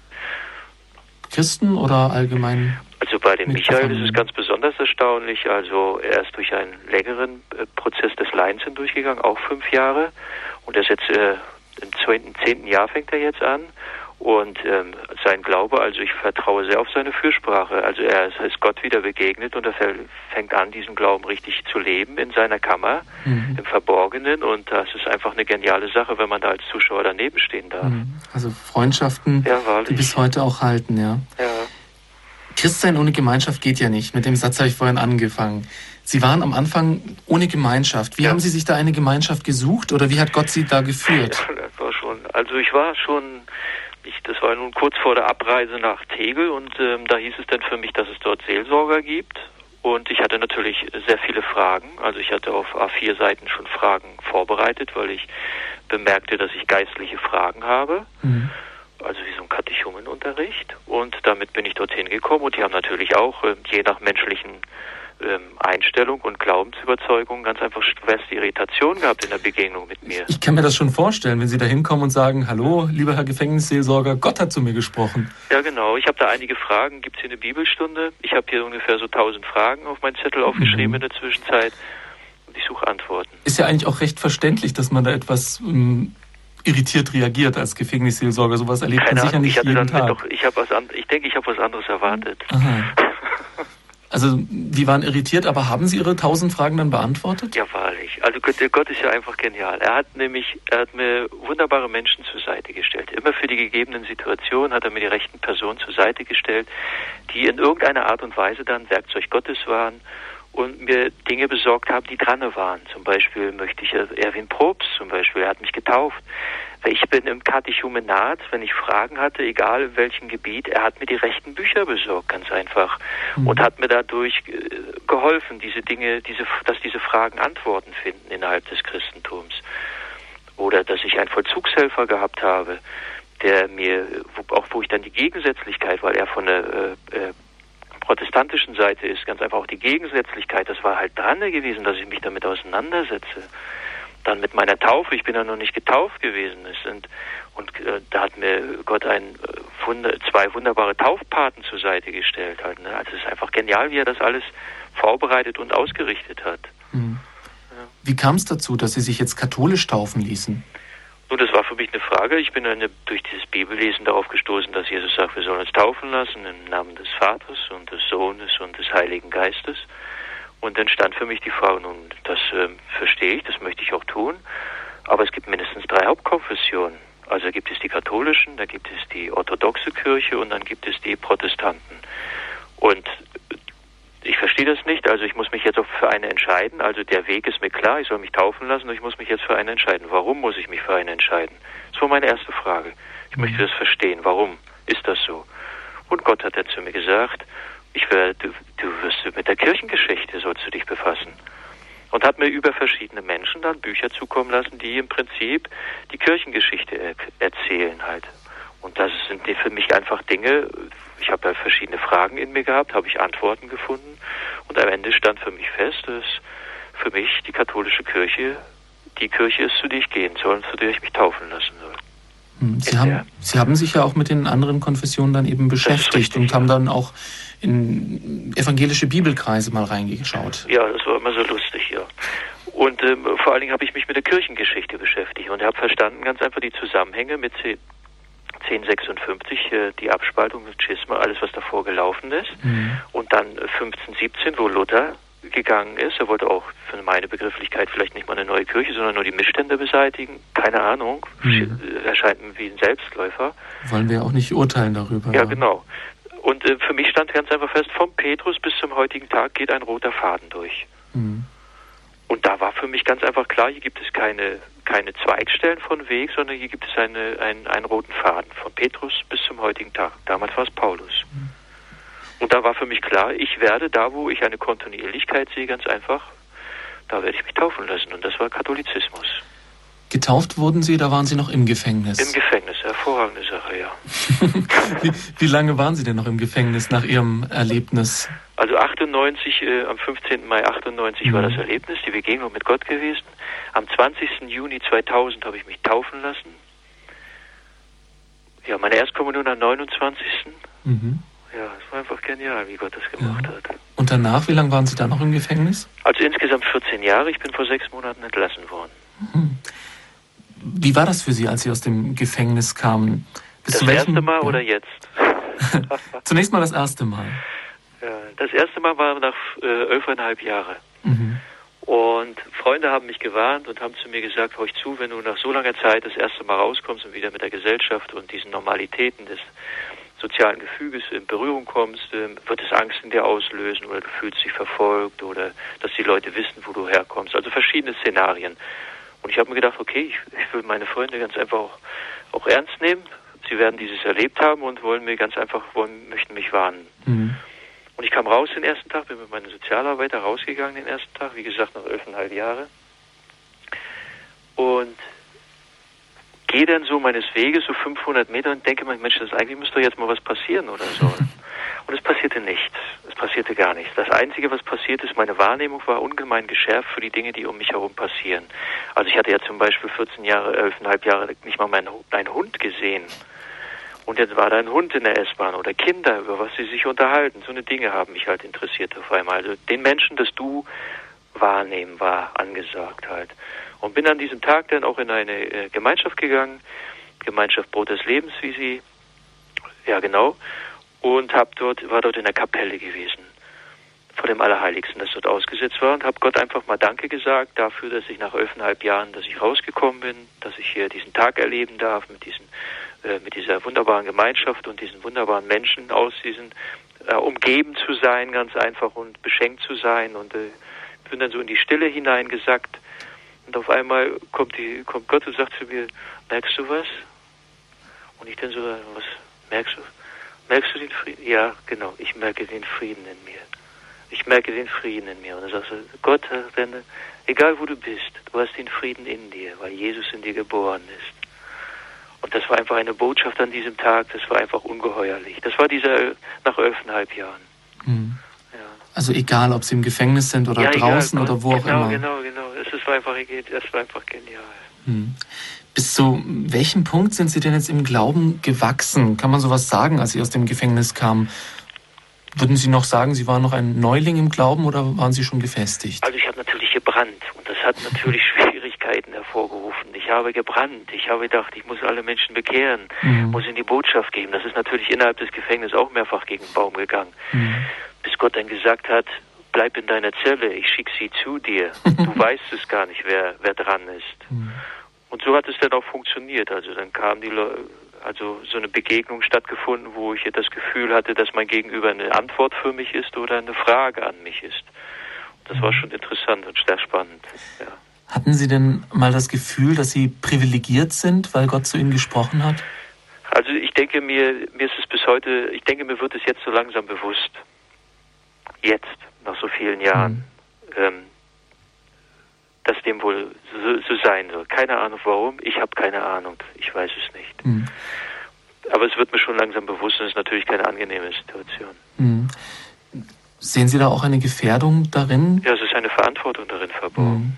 Christen oder allgemein? Also bei dem Michael ist es ganz besonders erstaunlich. Also er ist durch einen längeren äh, Prozess des Leidens hindurchgegangen, auch fünf Jahre. Und er ist jetzt äh, im zweiten, zehnten Jahr fängt er jetzt an. Und ähm, sein Glaube, also ich vertraue sehr auf seine Fürsprache. Also er ist, ist Gott wieder begegnet und er fängt an, diesen Glauben richtig zu leben in seiner Kammer, mhm. im Verborgenen. Und das ist einfach eine geniale Sache, wenn man da als Zuschauer daneben stehen darf. Mhm. Also Freundschaften, ja, die bis heute auch halten, ja. Ja. Christsein ohne Gemeinschaft geht ja nicht. Mit dem Satz habe ich vorhin angefangen. Sie waren am Anfang ohne Gemeinschaft. Wie ja. haben Sie sich da eine Gemeinschaft gesucht oder wie hat Gott Sie da geführt? Ja, das war schon, also ich war schon... Ich, das war nun kurz vor der Abreise nach Tegel und ähm, da hieß es dann für mich, dass es dort Seelsorger gibt und ich hatte natürlich sehr viele Fragen, also ich hatte auf A vier Seiten schon Fragen vorbereitet, weil ich bemerkte, dass ich geistliche Fragen habe, mhm. also wie so ein Katechumenunterricht und damit bin ich dorthin gekommen und die haben natürlich auch, äh, je nach menschlichen Einstellung und Glaubensüberzeugung ganz einfach schwerste Irritation gehabt in der Begegnung mit mir. Ich kann mir das schon vorstellen, wenn Sie da hinkommen und sagen, hallo, lieber Herr Gefängnisseelsorger, Gott hat zu mir gesprochen. Ja, genau. Ich habe da einige Fragen. Gibt es hier eine Bibelstunde? Ich habe hier ungefähr so tausend Fragen auf meinen Zettel aufgeschrieben mhm. in der Zwischenzeit und ich suche Antworten. Ist ja eigentlich auch recht verständlich, dass man da etwas ähm, irritiert reagiert als Gefängnisseelsorger. Sowas erlebt Keine man sicher Ahnung, nicht ich jeden Tag. Doch, ich, was an, ich denke, ich habe was anderes erwartet. Aha. Also, die waren irritiert, aber haben Sie Ihre tausend Fragen dann beantwortet? Ja, wahrlich. Also Gott, Gott ist ja einfach genial. Er hat nämlich, er hat mir wunderbare Menschen zur Seite gestellt. Immer für die gegebenen Situationen hat er mir die rechten Personen zur Seite gestellt, die in irgendeiner Art und Weise dann Werkzeug Gottes waren und mir Dinge besorgt haben, die dran waren. Zum Beispiel möchte ich Erwin Probst zum Beispiel, er hat mich getauft. Ich bin im Katechumenat, wenn ich Fragen hatte, egal in welchem Gebiet, er hat mir die rechten Bücher besorgt, ganz einfach. Mhm. Und hat mir dadurch äh, geholfen, diese Dinge, diese, dass diese Fragen Antworten finden innerhalb des Christentums. Oder dass ich einen Vollzugshelfer gehabt habe, der mir, wo, auch wo ich dann die Gegensätzlichkeit, weil er von der äh, äh, protestantischen Seite ist, ganz einfach auch die Gegensätzlichkeit, das war halt dran gewesen, dass ich mich damit auseinandersetze. Dann mit meiner Taufe, ich bin ja noch nicht getauft gewesen. Und, und äh, da hat mir Gott einen äh, Wunder, zwei wunderbare Taufpaten zur Seite gestellt hat. Ne? Also es ist einfach genial, wie er das alles vorbereitet und ausgerichtet hat. Mhm. Ja. Wie kam es dazu, dass Sie sich jetzt katholisch taufen ließen? Nun, das war für mich eine Frage. Ich bin eine, durch dieses Bibellesen darauf gestoßen, dass Jesus sagt, wir sollen uns taufen lassen im Namen des Vaters und des Sohnes und des Heiligen Geistes. Und dann stand für mich die Frage, nun, das äh, verstehe ich, das möchte ich auch tun, aber es gibt mindestens drei Hauptkonfessionen. Also gibt es die katholischen, da gibt es die orthodoxe Kirche und dann gibt es die Protestanten. Und ich verstehe das nicht, also ich muss mich jetzt auch für eine entscheiden. Also der Weg ist mir klar, ich soll mich taufen lassen und ich muss mich jetzt für eine entscheiden. Warum muss ich mich für eine entscheiden? Das war meine erste Frage. Ich möchte das verstehen. Warum ist das so? Und Gott hat dann zu mir gesagt, ich werde, du, du wirst mit der Kirchengeschichte sollst du dich befassen. Und hat mir über verschiedene Menschen dann Bücher zukommen lassen, die im Prinzip die Kirchengeschichte er- erzählen halt. Und das sind für mich einfach Dinge, ich habe ja verschiedene Fragen in mir gehabt, habe ich Antworten gefunden und am Ende stand für mich fest, dass für mich die katholische Kirche die Kirche ist, zu der ich gehen soll und zu der ich mich taufen lassen soll. Sie haben, Sie haben sich ja auch mit den anderen Konfessionen dann eben beschäftigt richtig, und haben dann auch in evangelische Bibelkreise mal reingeschaut. Ja, das war immer so lustig, ja. Und ähm, vor allen Dingen habe ich mich mit der Kirchengeschichte beschäftigt und habe verstanden ganz einfach die Zusammenhänge mit zehn sechsundfünfzig, äh, die Abspaltung mit Schisma, alles was davor gelaufen ist. Mhm. Und dann fünfzehn siebzehn, wo Luther gegangen ist. Er wollte auch für meine Begrifflichkeit vielleicht nicht mal eine neue Kirche, sondern nur die Missstände beseitigen. Keine Ahnung. Mhm. Erscheint mir wie ein Selbstläufer. Wollen wir auch nicht urteilen darüber. Ja, ja. Genau. Und äh, für mich stand ganz einfach fest, vom Petrus bis zum heutigen Tag geht ein roter Faden durch. Mhm. Und da war für mich ganz einfach klar, hier gibt es keine, keine Zweigstellen von Weg, sondern hier gibt es eine, einen, einen roten Faden, von Petrus bis zum heutigen Tag. Damals war es Paulus. Mhm. Und da war für mich klar, ich werde da, wo ich eine Kontinuierlichkeit sehe, ganz einfach, da werde ich mich taufen lassen. Und das war Katholizismus. Getauft wurden Sie, da waren Sie noch im Gefängnis? Im Gefängnis, hervorragende Sache, ja. wie, wie lange waren Sie denn noch im Gefängnis nach Ihrem Erlebnis? Also achtundneunzig, äh, am fünfzehnten Mai achtundneunzig mhm. war das Erlebnis, die Begegnung mit Gott gewesen. Am zwanzigsten Juni zweitausend habe ich mich taufen lassen. Ja, meine Erstkommunion am neunundzwanzigsten Mhm. Ja, es war einfach genial, wie Gott das gemacht ja. hat. Und danach, wie lange waren Sie dann noch im Gefängnis? Also insgesamt vierzehn Jahre. Ich bin vor sechs Monaten entlassen worden. Mhm. Wie war das für Sie, als Sie aus dem Gefängnis kamen? Bis das erste Mal ja. oder jetzt? Zunächst mal das erste Mal. Ja, das erste Mal war nach äh, elfeinhalb Jahre. Mhm. Und Freunde haben mich gewarnt und haben zu mir gesagt, hör zu, wenn du nach so langer Zeit das erste Mal rauskommst und wieder mit der Gesellschaft und diesen Normalitäten des sozialen Gefüges in Berührung kommst, wird es Angst in dir auslösen oder du fühlst dich verfolgt oder dass die Leute wissen, wo du herkommst. Also verschiedene Szenarien. Und ich habe mir gedacht, okay, ich, ich will meine Freunde ganz einfach auch, auch ernst nehmen. Sie werden dieses erlebt haben und wollen mir ganz einfach, wollen, möchten mich warnen. Mhm. Und ich kam raus den ersten Tag, bin mit meinem Sozialarbeiter rausgegangen den ersten Tag, wie gesagt, nach elfeinhalb Jahre. Und gehe dann so meines Weges, so fünfhundert Meter und denke mir, Mensch, das eigentlich müsste doch jetzt mal was passieren oder so. Und es passierte nichts. Es passierte gar nichts. Das Einzige, was passiert ist, meine Wahrnehmung war ungemein geschärft für die Dinge, die um mich herum passieren. Also ich hatte ja zum Beispiel vierzehn Jahre, elfeinhalb Jahre nicht mal meinen, einen Hund gesehen. Und jetzt war da ein Hund in der S-Bahn oder Kinder, über was sie sich unterhalten. So eine Dinge haben mich halt interessiert auf einmal. Also den Menschen, das Du wahrnehmen, war angesagt halt. Und bin an diesem Tag dann auch in eine äh, Gemeinschaft gegangen, Gemeinschaft Brot des Lebens, wie sie, ja genau, und hab dort, war dort in der Kapelle gewesen, vor dem Allerheiligsten, das dort ausgesetzt war und habe Gott einfach mal Danke gesagt dafür, dass ich nach elfeinhalb Jahren, dass ich rausgekommen bin, dass ich hier diesen Tag erleben darf mit diesen, äh, mit dieser wunderbaren Gemeinschaft und diesen wunderbaren Menschen aus diesen, äh, umgeben zu sein, ganz einfach und beschenkt zu sein und äh, bin dann so in die Stille hineingesackt. Und auf einmal kommt, die, kommt Gott und sagt zu mir, merkst du was? Und ich dann so, was merkst du? Merkst du den Frieden? Ja, genau, ich merke den Frieden in mir. Ich merke den Frieden in mir. Und dann sagst du, Gott, denn, egal wo du bist, du hast den Frieden in dir, weil Jesus in dir geboren ist. Und das war einfach eine Botschaft an diesem Tag, das war einfach ungeheuerlich. Das war dieser nach elfeinhalb Jahren. Mhm. Ja. Also egal, ob sie im Gefängnis sind oder ja, draußen egal, oder wo genau, auch immer. Genau, genau, genau. Es war einfach, es war einfach genial. Mhm. Bis zu welchem Punkt sind Sie denn jetzt im Glauben gewachsen? Kann man sowas sagen, als Sie aus dem Gefängnis kamen? Würden Sie noch sagen, Sie waren noch ein Neuling im Glauben oder waren Sie schon gefestigt? Also ich habe natürlich gebrannt und das hat natürlich Schwierigkeiten hervorgerufen. Ich habe gebrannt. Ich habe gedacht, ich muss alle Menschen bekehren, mhm. muss ihnen die Botschaft geben. Das ist natürlich innerhalb des Gefängnisses auch mehrfach gegen den Baum gegangen. Mhm. Bis Gott dann gesagt hat, bleib in deiner Zelle, ich schicke sie zu dir. Du weißt es gar nicht, wer, wer dran ist. Mhm. Und so hat es dann auch funktioniert. Also dann kamen die Leute, also so eine Begegnung stattgefunden, wo ich das Gefühl hatte, dass mein Gegenüber eine Antwort für mich ist oder eine Frage an mich ist. Das war schon interessant und sehr spannend. Ja. Hatten Sie denn mal das Gefühl, dass Sie privilegiert sind, weil Gott zu Ihnen gesprochen hat? Also ich denke mir, mir ist es bis heute, ich denke mir wird es jetzt so langsam bewusst. Jetzt, nach so vielen Jahren, mhm. ähm, dass dem wohl so, so sein soll. Keine Ahnung warum, ich habe keine Ahnung, ich weiß es nicht. Mhm. Aber es wird mir schon langsam bewusst und es ist natürlich keine angenehme Situation. Mhm. Sehen Sie da auch eine Gefährdung darin? Ja, es ist eine Verantwortung darin verborgen. Mhm.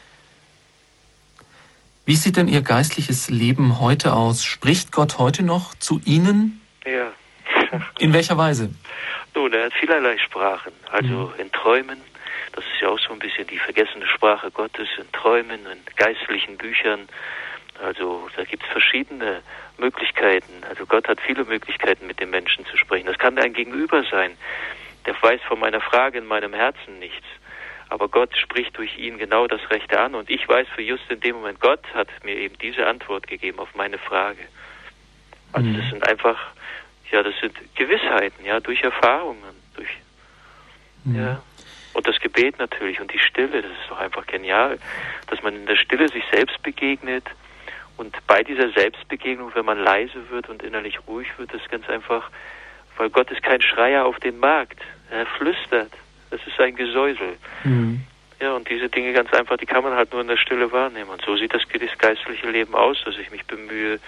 Wie sieht denn Ihr geistliches Leben heute aus? Spricht Gott heute noch zu Ihnen? Ja. In welcher Weise? Nun, er hat vielerlei Sprachen. Also mhm. in Träumen, das ist ja auch so ein bisschen die vergessene Sprache Gottes, in Träumen, in geistlichen Büchern. Also da gibt es verschiedene Möglichkeiten. Also Gott hat viele Möglichkeiten, mit dem Menschen zu sprechen. Das kann ein Gegenüber sein. Der weiß von meiner Frage in meinem Herzen nichts. Aber Gott spricht durch ihn genau das Rechte an. Und ich weiß für just in dem Moment, Gott hat mir eben diese Antwort gegeben auf meine Frage. Also das sind einfach, ja, das sind Gewissheiten, ja, durch Erfahrungen, durch, mhm. ja. Und das Gebet natürlich und die Stille, das ist doch einfach genial, dass man in der Stille sich selbst begegnet. Und bei dieser Selbstbegegnung, wenn man leise wird und innerlich ruhig wird, ist ganz einfach, weil Gott ist kein Schreier auf den Markt. Er flüstert. Das ist ein Gesäusel. Mhm. Ja, und diese Dinge ganz einfach, die kann man halt nur in der Stille wahrnehmen. Und so sieht das, das geistliche Leben aus, dass ich mich bemühe,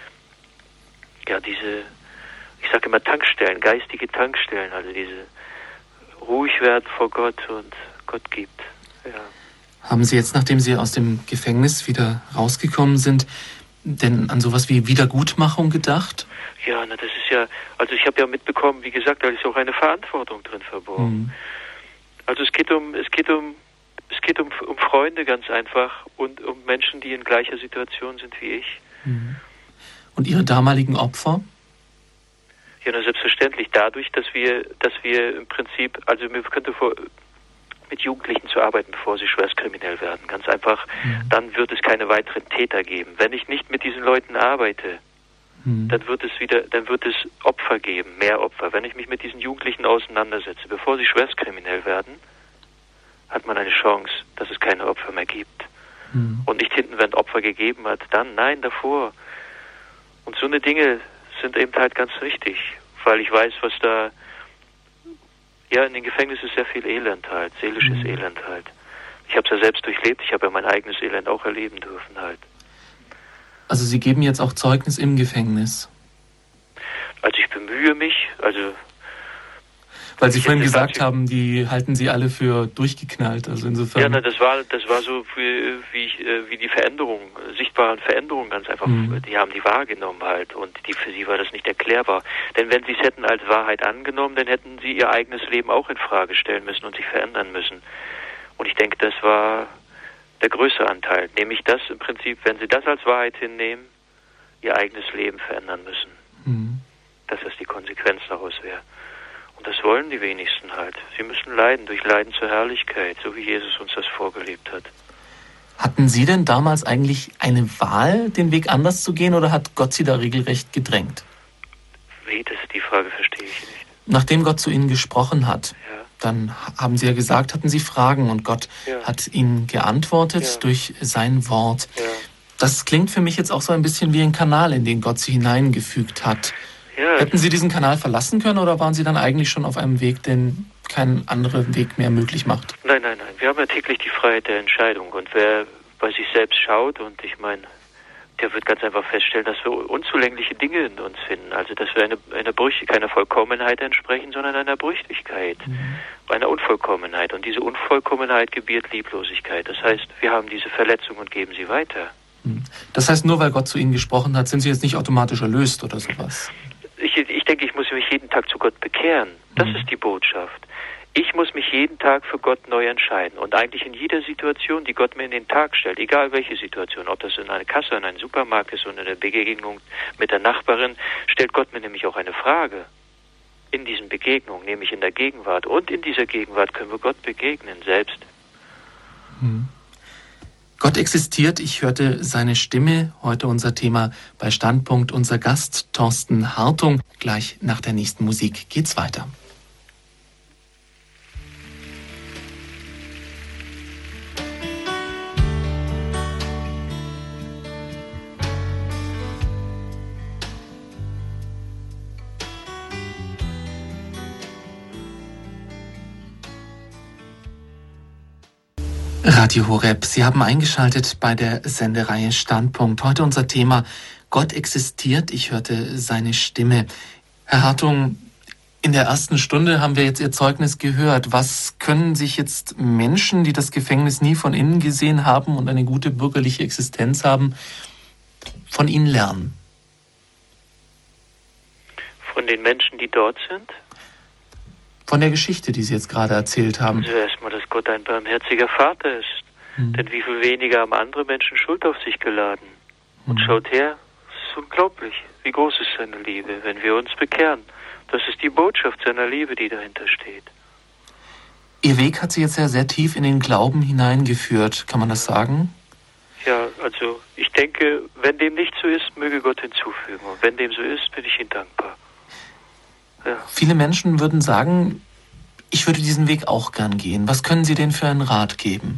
ja, diese, ich sage immer Tankstellen, geistige Tankstellen, also diese ruhig werden vor Gott und Gott gibt. Ja. Haben Sie jetzt, nachdem Sie aus dem Gefängnis wieder rausgekommen sind, denn an sowas wie Wiedergutmachung gedacht? Ja, na, das ist ja, also ich habe ja mitbekommen, wie gesagt, da ist auch eine Verantwortung drin verborgen. Mhm. Also es geht um, es geht um, es geht um, um Freunde ganz einfach und um Menschen, die in gleicher Situation sind wie ich. Mhm. Und Ihre damaligen Opfer? Ja, na, selbstverständlich dadurch, dass wir, dass wir im Prinzip, also mir könnte vor, mit Jugendlichen zu arbeiten, bevor sie schwerstkriminell werden. Ganz einfach, mhm. dann wird es keine weiteren Täter geben. Wenn ich nicht mit diesen Leuten arbeite, mhm. dann wird es wieder, dann wird es Opfer geben, mehr Opfer. Wenn ich mich mit diesen Jugendlichen auseinandersetze, bevor sie schwerstkriminell werden, hat man eine Chance, dass es keine Opfer mehr gibt. Mhm. Und nicht hinten, wenn Opfer gegeben hat, dann, nein, davor. Und so eine Dinge sind eben halt ganz wichtig, weil ich weiß, was da, ja, in den Gefängnissen ist sehr viel Elend halt, seelisches mhm. Elend halt. Ich habe es ja selbst durchlebt, ich habe ja mein eigenes Elend auch erleben dürfen halt. Also Sie geben jetzt auch Zeugnis im Gefängnis? Also ich bemühe mich, also... Weil Sie vorhin gesagt haben, die halten Sie alle für durchgeknallt, also insofern... Ja, na, das war das war so, wie, wie, ich, wie die Veränderung, sichtbaren Veränderungen ganz einfach, mhm. die haben die wahrgenommen halt und die, für sie war das nicht erklärbar. Denn wenn sie es hätten als Wahrheit angenommen, dann hätten sie ihr eigenes Leben auch in Frage stellen müssen und sich verändern müssen. Und ich denke, das war der größte Anteil, nämlich das im Prinzip, wenn sie das als Wahrheit hinnehmen, ihr eigenes Leben verändern müssen. Mhm. Dass das die Konsequenz daraus wäre. Und das wollen die wenigsten halt. Sie müssen leiden, durch Leiden zur Herrlichkeit, so wie Jesus uns das vorgelebt hat. Hatten Sie denn damals eigentlich eine Wahl, den Weg anders zu gehen, oder hat Gott Sie da regelrecht gedrängt? Wie, das die Frage verstehe ich nicht. Nachdem Gott zu Ihnen gesprochen hat, ja. dann haben Sie ja gesagt, hatten Sie Fragen und Gott ja. hat Ihnen geantwortet ja. durch sein Wort. Ja. Das klingt für mich jetzt auch so ein bisschen wie ein Kanal, in den Gott Sie hineingefügt hat. Ja. Hätten Sie diesen Kanal verlassen können oder waren Sie dann eigentlich schon auf einem Weg, den kein anderer Weg mehr möglich macht? Nein, nein, nein. Wir haben ja täglich die Freiheit der Entscheidung. Und wer bei sich selbst schaut, und ich meine, der wird ganz einfach feststellen, dass wir unzulängliche Dinge in uns finden. Also, dass wir eine, eine Brüche, keiner Vollkommenheit entsprechen, sondern einer Brüchigkeit, mhm. einer Unvollkommenheit. Und diese Unvollkommenheit gebiert Lieblosigkeit. Das heißt, wir haben diese Verletzung und geben sie weiter. Das heißt, nur weil Gott zu Ihnen gesprochen hat, sind Sie jetzt nicht automatisch erlöst oder sowas? Ich, ich denke, ich muss mich jeden Tag zu Gott bekehren. Das mhm. ist die Botschaft. Ich muss mich jeden Tag für Gott neu entscheiden. Und eigentlich in jeder Situation, die Gott mir in den Tag stellt, egal welche Situation, ob das in einer Kasse, in einem Supermarkt ist oder in der Begegnung mit der Nachbarin, stellt Gott mir nämlich auch eine Frage. In diesen Begegnungen, nämlich in der Gegenwart. Und in dieser Gegenwart können wir Gott begegnen, selbst. Hm. Gott existiert, ich hörte seine Stimme. Heute unser Thema bei Standpunkt. Unser Gast Thorsten Hartung. Gleich nach der nächsten Musik geht's weiter. Radio Horeb, Sie haben eingeschaltet bei der Sendereihe Standpunkt. Heute unser Thema Gott existiert, ich hörte seine Stimme. Herr Hartung, in der ersten Stunde haben wir jetzt Ihr Zeugnis gehört. Was können sich jetzt Menschen, die das Gefängnis nie von innen gesehen haben und eine gute bürgerliche Existenz haben, von Ihnen lernen? Von den Menschen, die dort sind? Von der Geschichte, die Sie jetzt gerade erzählt haben. Also erstmal, dass Gott ein barmherziger Vater ist. Hm. Denn wie viel weniger haben andere Menschen Schuld auf sich geladen. Und hm. schaut her, es ist unglaublich, wie groß ist seine Liebe, wenn wir uns bekehren. Das ist die Botschaft seiner Liebe, die dahinter steht. Ihr Weg hat Sie jetzt ja sehr tief in den Glauben hineingeführt, kann man das sagen? Ja, also ich denke, wenn dem nicht so ist, möge Gott hinzufügen. Und wenn dem so ist, bin ich ihm dankbar. Ja. Viele Menschen würden sagen, ich würde diesen Weg auch gern gehen. Was können Sie denn für einen Rat geben?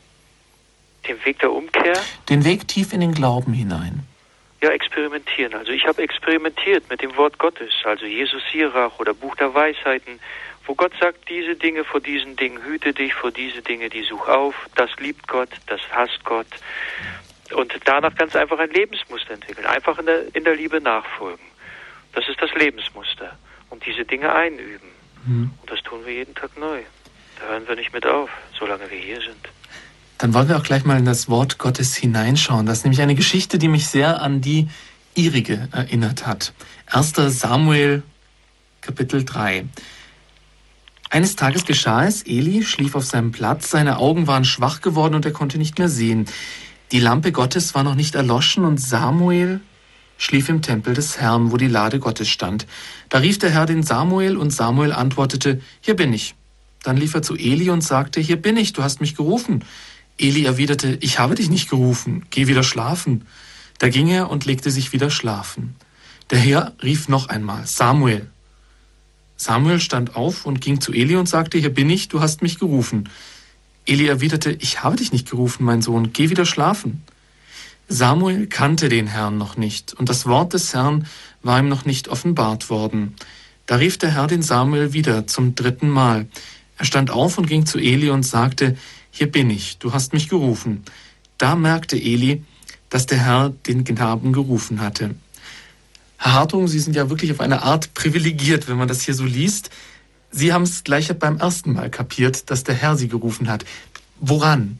Den Weg der Umkehr? Den Weg tief in den Glauben hinein. Ja, experimentieren. Also ich habe experimentiert mit dem Wort Gottes, also Jesus Sirach oder Buch der Weisheiten, wo Gott sagt, diese Dinge vor diesen Dingen hüte dich, vor diese Dinge die such auf, das liebt Gott, das hasst Gott. Und danach ganz einfach ein Lebensmuster entwickeln, einfach in der, in der Liebe nachfolgen. Das ist das Lebensmuster. Und diese Dinge einüben. Mhm. Und das tun wir jeden Tag neu. Da hören wir nicht mit auf, solange wir hier sind. Dann wollen wir auch gleich mal in das Wort Gottes hineinschauen. Das ist nämlich eine Geschichte, die mich sehr an die Ihrige erinnert hat. erster Samuel, Kapitel drei. Eines Tages geschah es, Eli schlief auf seinem Platz, seine Augen waren schwach geworden und er konnte nicht mehr sehen. Die Lampe Gottes war noch nicht erloschen und Samuel schlief im Tempel des Herrn, wo die Lade Gottes stand. Da rief der Herr den Samuel und Samuel antwortete, hier bin ich. Dann lief er zu Eli und sagte, hier bin ich, du hast mich gerufen. Eli erwiderte, ich habe dich nicht gerufen, geh wieder schlafen. Da ging er und legte sich wieder schlafen. Der Herr rief noch einmal, Samuel. Samuel stand auf und ging zu Eli und sagte, hier bin ich, du hast mich gerufen. Eli erwiderte, ich habe dich nicht gerufen, mein Sohn, geh wieder schlafen. Samuel kannte den Herrn noch nicht, und das Wort des Herrn war ihm noch nicht offenbart worden. Da rief der Herr den Samuel wieder zum dritten Mal. Er stand auf und ging zu Eli und sagte, hier bin ich, du hast mich gerufen. Da merkte Eli, dass der Herr den Knaben gerufen hatte. Herr Hartung, Sie sind ja wirklich auf eine Art privilegiert, wenn man das hier so liest. Sie haben es gleich beim ersten Mal kapiert, dass der Herr Sie gerufen hat. Woran?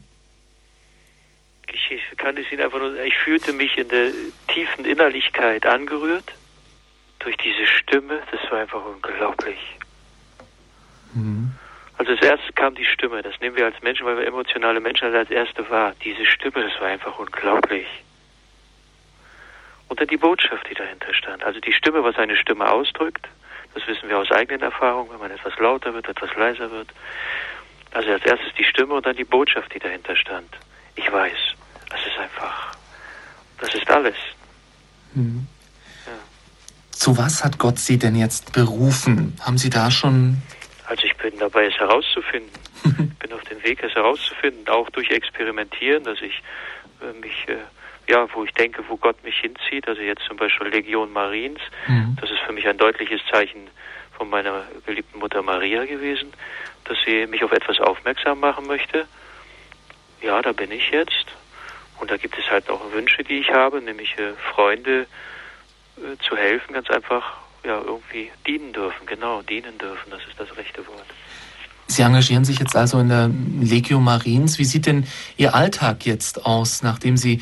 Ich kann es Ihnen einfach nur, ich fühlte mich in der tiefen Innerlichkeit angerührt durch diese Stimme. Das war einfach unglaublich. Mhm. Also als erstes kam die Stimme. Das nehmen wir als Menschen, weil wir emotionale Menschen also als erste wahr. Diese Stimme, das war einfach unglaublich. Und dann die Botschaft, die dahinter stand. Also die Stimme, was eine Stimme ausdrückt, das wissen wir aus eigenen Erfahrungen, wenn man etwas lauter wird, etwas leiser wird. Also als erstes die Stimme und dann die Botschaft, die dahinter stand. Ich weiß, das ist einfach, das ist alles. Mhm. Ja. Zu was hat Gott Sie denn jetzt berufen? Haben Sie da schon... Also ich bin dabei, es herauszufinden. Ich bin auf dem Weg, es herauszufinden, auch durch Experimentieren, dass ich äh, mich, äh, ja, wo ich denke, wo Gott mich hinzieht, also jetzt zum Beispiel Legion Mariens, mhm. Das ist für mich ein deutliches Zeichen von meiner geliebten Mutter Maria gewesen, dass sie mich auf etwas aufmerksam machen möchte. Ja, da bin ich jetzt. Und da gibt es halt auch Wünsche, die ich habe, nämlich äh, Freunde äh, zu helfen, ganz einfach, ja, irgendwie dienen dürfen. Genau, dienen dürfen, das ist das rechte Wort. Sie engagieren sich jetzt also in der Legio Mariens. Wie sieht denn Ihr Alltag jetzt aus, nachdem Sie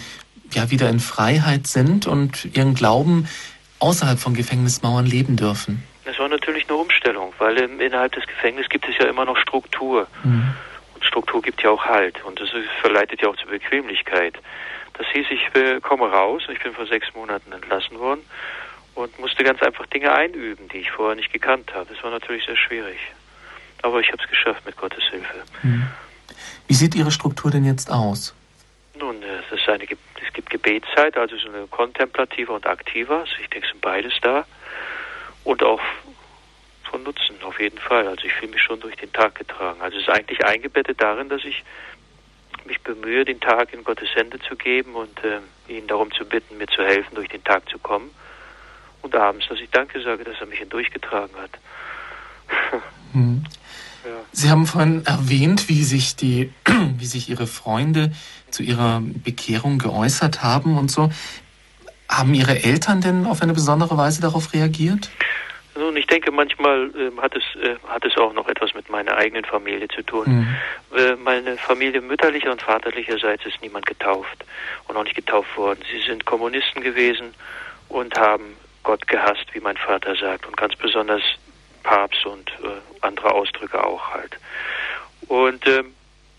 ja wieder in Freiheit sind und ihren Glauben außerhalb von Gefängnismauern leben dürfen? Das war natürlich eine Umstellung, weil im, innerhalb des Gefängnisses gibt es ja immer noch Struktur. Mhm. Und Struktur gibt ja auch Halt und das verleitet ja auch zur Bequemlichkeit. Das hieß, ich äh, komme raus, ich bin vor sechs Monaten entlassen worden und musste ganz einfach Dinge einüben, die ich vorher nicht gekannt habe. Das war natürlich sehr schwierig. Aber ich habe es geschafft mit Gottes Hilfe. Mhm. Wie sieht Ihre Struktur denn jetzt aus? Nun, es, ist eine, es gibt Gebetszeit, also so eine kontemplative und aktive. Also ich denke, es sind beides da. Und auch von Nutzen, auf jeden Fall. Also ich fühle mich schon durch den Tag getragen. Also es ist eigentlich eingebettet darin, dass ich mich bemühe, den Tag in Gottes Hände zu geben und äh, ihn darum zu bitten, mir zu helfen, durch den Tag zu kommen. Und abends, dass ich Danke sage, dass er mich hindurchgetragen hat. hm. Ja. Sie haben vorhin erwähnt, wie sich die, wie sich Ihre Freunde zu Ihrer Bekehrung geäußert haben und so. Haben Ihre Eltern denn auf eine besondere Weise darauf reagiert? Nun, ich denke, manchmal äh, hat es äh, hat es auch noch etwas mit meiner eigenen Familie zu tun. Mhm. Äh, meine Familie mütterlicher und vaterlicherseits ist niemand getauft und auch nicht getauft worden. Sie sind Kommunisten gewesen und haben Gott gehasst, wie mein Vater sagt, und ganz besonders Papst und äh, andere Ausdrücke auch halt. Und ähm,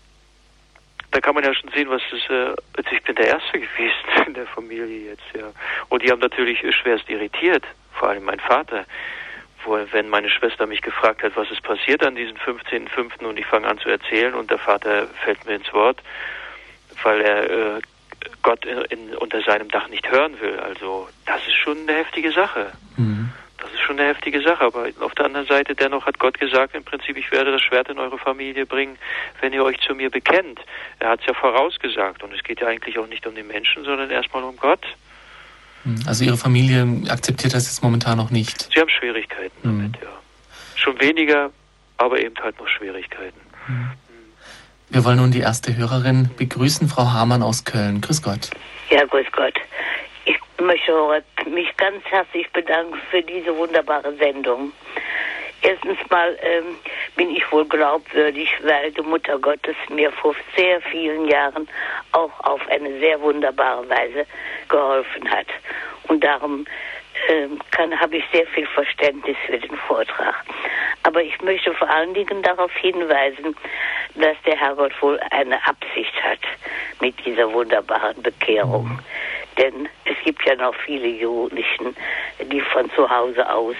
da kann man ja schon sehen, was das, äh, also ich bin der Erste gewesen in der Familie jetzt, ja. Und die haben natürlich schwerst irritiert, vor allem mein Vater. Wo, wenn meine Schwester mich gefragt hat, was ist passiert an diesem fünfzehnten fünften und ich fange an zu erzählen und der Vater fällt mir ins Wort, weil er äh, Gott in, in, unter seinem Dach nicht hören will. Also das ist schon eine heftige Sache. Mhm. Das ist schon eine heftige Sache, aber auf der anderen Seite dennoch hat Gott gesagt, im Prinzip, ich werde das Schwert in eure Familie bringen, wenn ihr euch zu mir bekennt. Er hat es ja vorausgesagt und es geht ja eigentlich auch nicht um den Menschen, sondern erstmal um Gott. Also Ihre Familie akzeptiert das jetzt momentan noch nicht? Sie haben Schwierigkeiten damit, mhm. ja. Schon weniger, aber eben halt noch Schwierigkeiten. Mhm. Wir wollen nun die erste Hörerin begrüßen, Frau Hamann aus Köln. Grüß Gott. Ja, grüß Gott. Ich möchte mich ganz herzlich bedanken für diese wunderbare Sendung. Erstens mal ähm, bin ich wohl glaubwürdig, weil die Mutter Gottes mir vor sehr vielen Jahren auch auf eine sehr wunderbare Weise geholfen hat. Und darum ähm, kann habe ich sehr viel Verständnis für den Vortrag. Aber ich möchte vor allen Dingen darauf hinweisen, dass der Herrgott wohl eine Absicht hat mit dieser wunderbaren Bekehrung. Denn es gibt ja noch viele Jugendlichen, die von zu Hause aus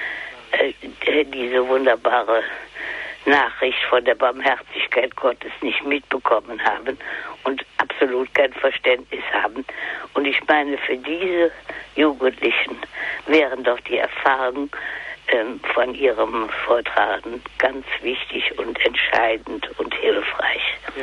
diese wunderbare Nachricht von der Barmherzigkeit Gottes nicht mitbekommen haben und absolut kein Verständnis haben. Und ich meine, für diese Jugendlichen wären doch die Erfahrungen ähm, von ihrem Vortragen ganz wichtig und entscheidend und hilfreich. Ja,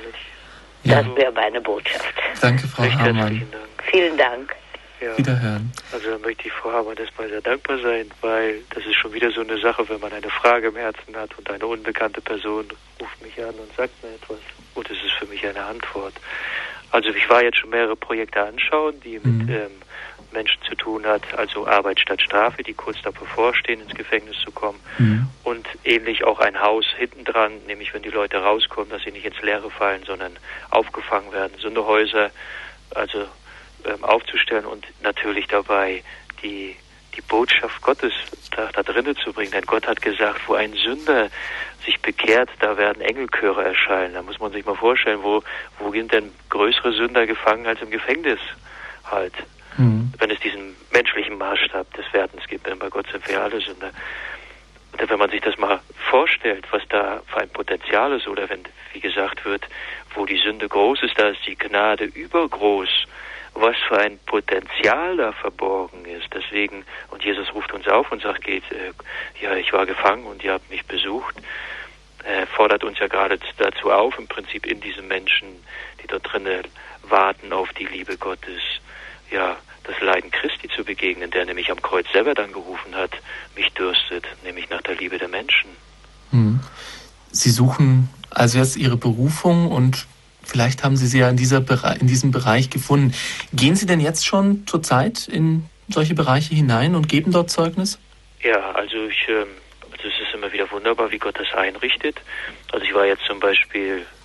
das ja. wäre meine Botschaft. Danke, Frau Hamann. Vielen Dank. Ja. Wiederhören. Also da möchte ich Frau Hamann erstmal sehr dankbar sein, weil das ist schon wieder so eine Sache, wenn man eine Frage im Herzen hat und eine unbekannte Person ruft mich an und sagt mir etwas und es ist für mich eine Antwort. Also ich war jetzt schon mehrere Projekte anschauen, die mit mhm. ähm, Menschen zu tun hat, also Arbeit statt Strafe, die kurz davor vorstehen, ins Gefängnis zu kommen mhm. und ähnlich auch ein Haus hinten dran, nämlich wenn die Leute rauskommen, dass sie nicht ins Leere fallen, sondern aufgefangen werden. So eine Häuser, also aufzustellen und natürlich dabei die, die Botschaft Gottes da, da drinnen zu bringen. Denn Gott hat gesagt, wo ein Sünder sich bekehrt, da werden Engelchöre erschallen. Da muss man sich mal vorstellen, wo, wo sind denn größere Sünder gefangen als im Gefängnis halt. Mhm. Wenn es diesen menschlichen Maßstab des Wertens gibt, denn bei Gott sind wir alle Sünder. Und wenn man sich das mal vorstellt, was da für ein Potenzial ist, oder wenn, wie gesagt wird, wo die Sünde groß ist, da ist die Gnade übergroß. Was für ein Potenzial da verborgen ist. Deswegen, und Jesus ruft uns auf und sagt, geht, äh, ja, ich war gefangen und ihr habt mich besucht. Er fordert uns ja gerade dazu auf, im Prinzip in diesen Menschen, die dort drinnen warten auf die Liebe Gottes, ja, das Leiden Christi zu begegnen, der nämlich am Kreuz selber dann gerufen hat, mich dürstet, nämlich nach der Liebe der Menschen. Hm. Sie suchen also jetzt Ihre Berufung und vielleicht haben Sie sie ja in, dieser, in diesem Bereich gefunden. Gehen Sie denn jetzt schon zurzeit in solche Bereiche hinein und geben dort Zeugnis? Ja, also ich, also es ist immer wieder wunderbar, wie Gott das einrichtet. Also ich war jetzt zum Beispiel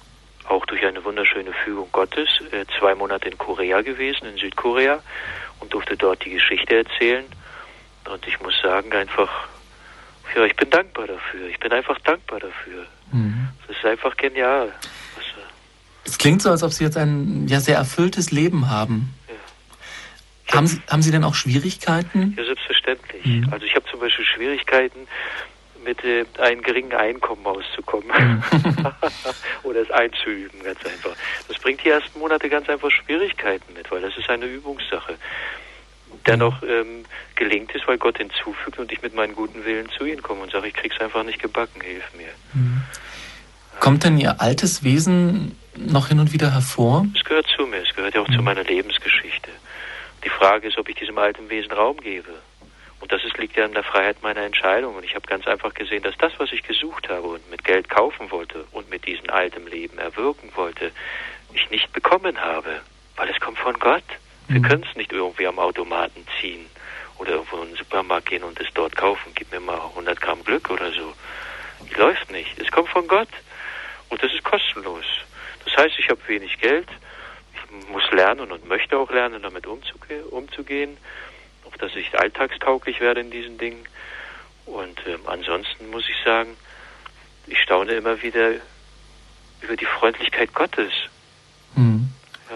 auch durch eine wunderschöne Fügung Gottes, äh, zwei Monate in Korea gewesen, in Südkorea, und durfte dort die Geschichte erzählen. Und ich muss sagen, einfach, ja, ich bin dankbar dafür. Ich bin einfach dankbar dafür. Mhm. Es ist einfach genial. Was, äh es klingt so, als ob Sie jetzt ein ja, sehr erfülltes Leben haben. Ja. Haben Sie, haben Sie denn auch Schwierigkeiten? Ja, selbstverständlich. Mhm. Also ich habe zum Beispiel Schwierigkeiten, mit äh, einem geringen Einkommen auszukommen. Mhm. Oder es einzuüben, ganz einfach. Das bringt die ersten Monate ganz einfach Schwierigkeiten mit, weil das ist eine Übungssache. Dennoch ähm, gelingt es, weil Gott hinzufügt und ich mit meinem guten Willen zu ihm komme und sage, ich krieg's einfach nicht gebacken, hilf mir. Mhm. Kommt denn Ihr altes Wesen noch hin und wieder hervor? Es gehört zu mir, es gehört ja auch mhm. zu meiner Lebensgeschichte. Die Frage ist, ob ich diesem alten Wesen Raum gebe. Und das ist, liegt ja in der Freiheit meiner Entscheidung. Und ich habe ganz einfach gesehen, dass das, was ich gesucht habe und mit Geld kaufen wollte und mit diesem alten Leben erwirken wollte, ich nicht bekommen habe. Weil es kommt von Gott. Wir mhm. können es nicht irgendwie am Automaten ziehen oder irgendwo in den Supermarkt gehen und es dort kaufen. Gib mir mal hundert Gramm Glück oder so. Das läuft nicht. Es kommt von Gott. Und das ist kostenlos. Das heißt, ich habe wenig Geld. Ich muss lernen und möchte auch lernen, damit umzuge- umzugehen. Auf dass ich alltagstauglich werde in diesen Dingen. Und ähm, ansonsten muss ich sagen, ich staune immer wieder über die Freundlichkeit Gottes. Hm. Ja.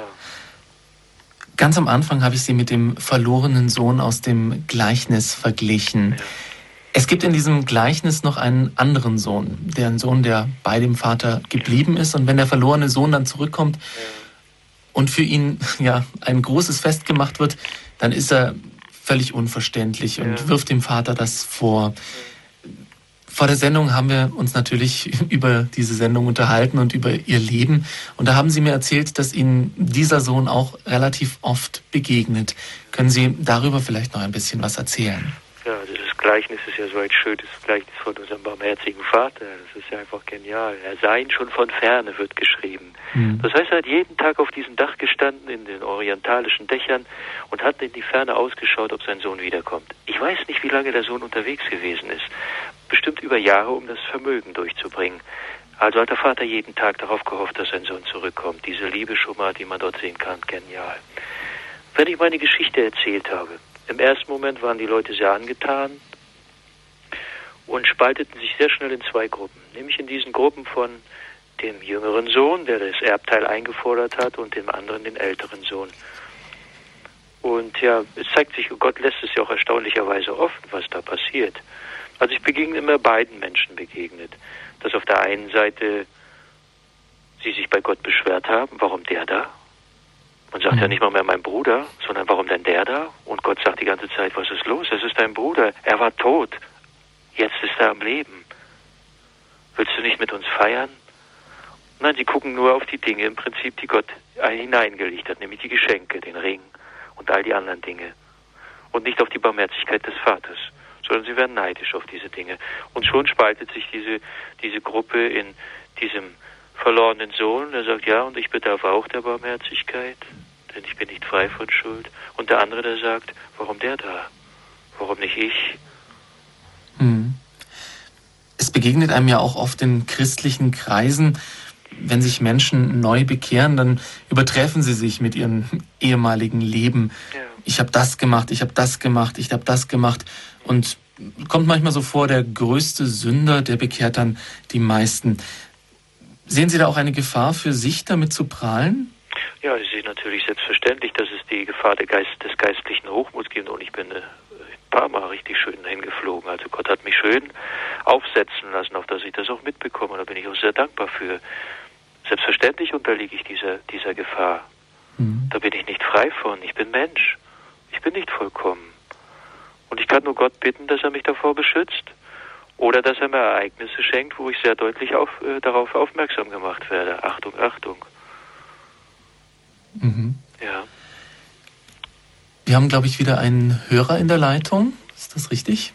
Ganz am Anfang habe ich Sie mit dem verlorenen Sohn aus dem Gleichnis verglichen. Ja. Es gibt in diesem Gleichnis noch einen anderen Sohn, der ein Sohn, der bei dem Vater geblieben ist. Und wenn der verlorene Sohn dann zurückkommt ja. und für ihn ja ein großes Fest gemacht wird, dann ist er völlig unverständlich und ja. wirft dem Vater das vor. Ja. Vor der Sendung haben wir uns natürlich über diese Sendung unterhalten und über ihr Leben. Und da haben Sie mir erzählt, dass Ihnen dieser Sohn auch relativ oft begegnet. Können Sie darüber vielleicht noch ein bisschen was erzählen? Ja, das Gleichnis ist ja so ein schönes Gleichnis von unserem barmherzigen Vater. Das ist ja einfach genial. Er sah ihn schon von Ferne, wird geschrieben. Mhm. Das heißt, er hat jeden Tag auf diesem Dach gestanden, in den orientalischen Dächern, und hat in die Ferne ausgeschaut, ob sein Sohn wiederkommt. Ich weiß nicht, wie lange der Sohn unterwegs gewesen ist. Bestimmt über Jahre, um das Vermögen durchzubringen. Also hat der Vater jeden Tag darauf gehofft, dass sein Sohn zurückkommt. Diese Liebe schon mal, die man dort sehen kann, genial. Wenn ich meine Geschichte erzählt habe, im ersten Moment waren die Leute sehr angetan und spalteten sich sehr schnell in zwei Gruppen. Nämlich in diesen Gruppen von dem jüngeren Sohn, der das Erbteil eingefordert hat, und dem anderen, den älteren Sohn. Und ja, es zeigt sich, Gott lässt es ja auch erstaunlicherweise offen, was da passiert. Also ich begegne immer beiden Menschen begegnet. Dass auf der einen Seite sie sich bei Gott beschwert haben, warum der da? Man sagt ja nicht mal mehr mein Bruder, sondern warum denn der da? Und Gott sagt die ganze Zeit, was ist los? Es ist dein Bruder, er war tot, jetzt ist er am Leben. Willst du nicht mit uns feiern? Nein, sie gucken nur auf die Dinge im Prinzip, die Gott hineingelegt hat, nämlich die Geschenke, den Ring und all die anderen Dinge. Und nicht auf die Barmherzigkeit des Vaters, sondern sie werden neidisch auf diese Dinge. Und schon spaltet sich diese, diese Gruppe in diesem verlorenen Sohn, der sagt, ja, und ich bedarf auch der Barmherzigkeit, denn ich bin nicht frei von Schuld. Und der andere, der sagt, warum der da? Warum nicht ich? Hm. Es begegnet einem ja auch oft in christlichen Kreisen, wenn sich Menschen neu bekehren, dann übertreffen sie sich mit ihrem ehemaligen Leben. Ja. Ich habe das gemacht, ich habe das gemacht, ich habe das gemacht. Und kommt manchmal so vor, der größte Sünder, der bekehrt dann die meisten. Sehen Sie da auch eine Gefahr für sich, damit zu prahlen? Ja, ich sehe natürlich selbstverständlich, dass es die Gefahr der Geist, des geistlichen Hochmuts gibt. Und ich bin ein paar Mal richtig schön hingeflogen. Also Gott hat mich schön aufsetzen lassen, auf dass ich das auch mitbekomme. Da bin ich auch sehr dankbar für. Selbstverständlich unterliege ich dieser, dieser Gefahr. Mhm. Da bin ich nicht frei von. Ich bin Mensch. Ich bin nicht vollkommen. Und ich kann nur Gott bitten, dass er mich davor beschützt. Oder dass er mir Ereignisse schenkt, wo ich sehr deutlich auf, äh, darauf aufmerksam gemacht werde. Achtung, Achtung. Mhm. Ja. Wir haben, glaube ich, wieder einen Hörer in der Leitung. Ist das richtig?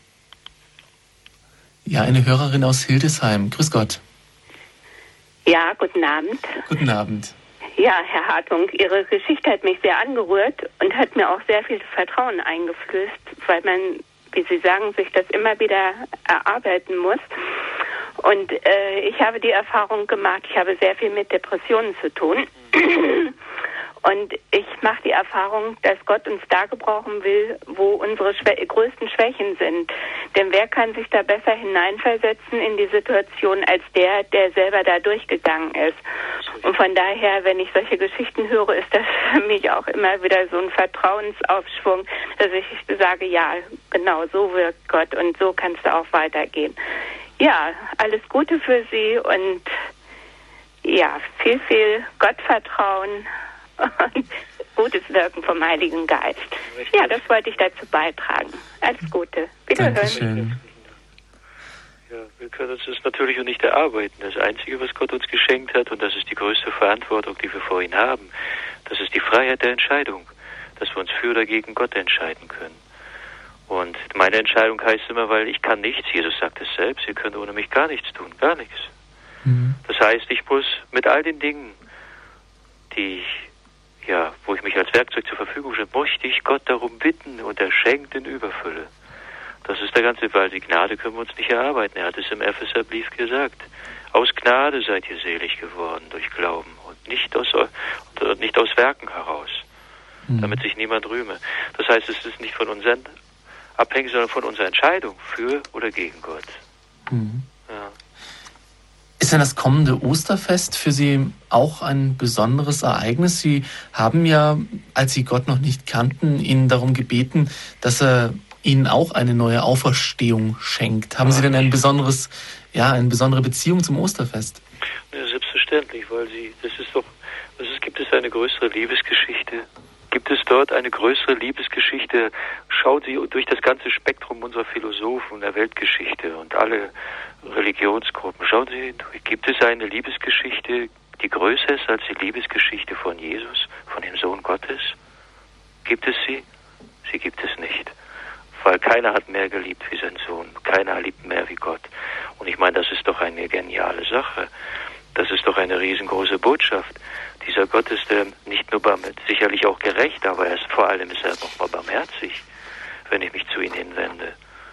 Ja, eine Hörerin aus Hildesheim. Grüß Gott. Ja, guten Abend. Guten Abend. Ja, Herr Hartung, Ihre Geschichte hat mich sehr angerührt und hat mir auch sehr viel Vertrauen eingeflößt, weil man, wie Sie sagen, sich das immer wieder erarbeiten muss. Und äh, ich habe die Erfahrung gemacht, ich habe sehr viel mit Depressionen zu tun. Und ich mache die Erfahrung, dass Gott uns da gebrauchen will, wo unsere Schwä- größten Schwächen sind. Denn wer kann sich da besser hineinversetzen in die Situation als der, der selber da durchgegangen ist? Und von daher, wenn ich solche Geschichten höre, ist das für mich auch immer wieder so ein Vertrauensaufschwung, dass ich sage, ja, genau, so wirkt Gott und so kann es da auch weitergehen. Ja, alles Gute für Sie und ja, viel, viel Gottvertrauen und gutes Wirken vom Heiligen Geist. Ja, das wollte ich dazu beitragen. Alles Gute. Wiederhören. Dankeschön. Ja, wir können uns das natürlich auch nicht erarbeiten. Das Einzige, was Gott uns geschenkt hat, und das ist die größte Verantwortung, die wir vor ihm haben, das ist die Freiheit der Entscheidung, dass wir uns für oder gegen Gott entscheiden können. Und meine Entscheidung heißt immer, weil ich kann nichts, Jesus sagt es selbst, ihr könnt ohne mich gar nichts tun, gar nichts. Mhm. Das heißt, ich muss mit all den Dingen, die ich ja, wo ich mich als Werkzeug zur Verfügung stelle, möchte ich Gott darum bitten und er schenkt in Überfülle. Das ist der ganze, weil die Gnade können wir uns nicht erarbeiten. Er hat es im Epheserbrief gesagt. Aus Gnade seid ihr selig geworden durch Glauben und nicht aus, und nicht aus Werken heraus, mhm. damit sich niemand rühme. Das heißt, es ist nicht von uns abhängig, sondern von unserer Entscheidung für oder gegen Gott. Mhm. Ja. Ist denn das kommende Osterfest für Sie auch ein besonderes Ereignis? Sie haben ja, als Sie Gott noch nicht kannten, ihn darum gebeten, dass er Ihnen auch eine neue Auferstehung schenkt. Haben Sie denn ein besonderes, ja, eine besondere Beziehung zum Osterfest? Ja, selbstverständlich, weil Sie, das ist doch, was ist, gibt es eine größere Liebesgeschichte? Gibt es dort eine größere Liebesgeschichte? Schauen Sie durch das ganze Spektrum unserer Philosophen der Weltgeschichte und alle Religionsgruppen. Schauen Sie hindurch. Gibt es eine Liebesgeschichte, die größer ist als die Liebesgeschichte von Jesus, von dem Sohn Gottes? Gibt es sie? Sie gibt es nicht. Weil keiner hat mehr geliebt wie sein Sohn. Keiner liebt mehr wie Gott. Und ich meine, das ist doch eine geniale Sache. Das ist doch eine riesengroße Botschaft. Dieser Gott ist äh, nicht nur barm- sicherlich auch gerecht, aber er ist, vor allem ist er noch mal barmherzig, wenn ich mich zu ihm hinwende.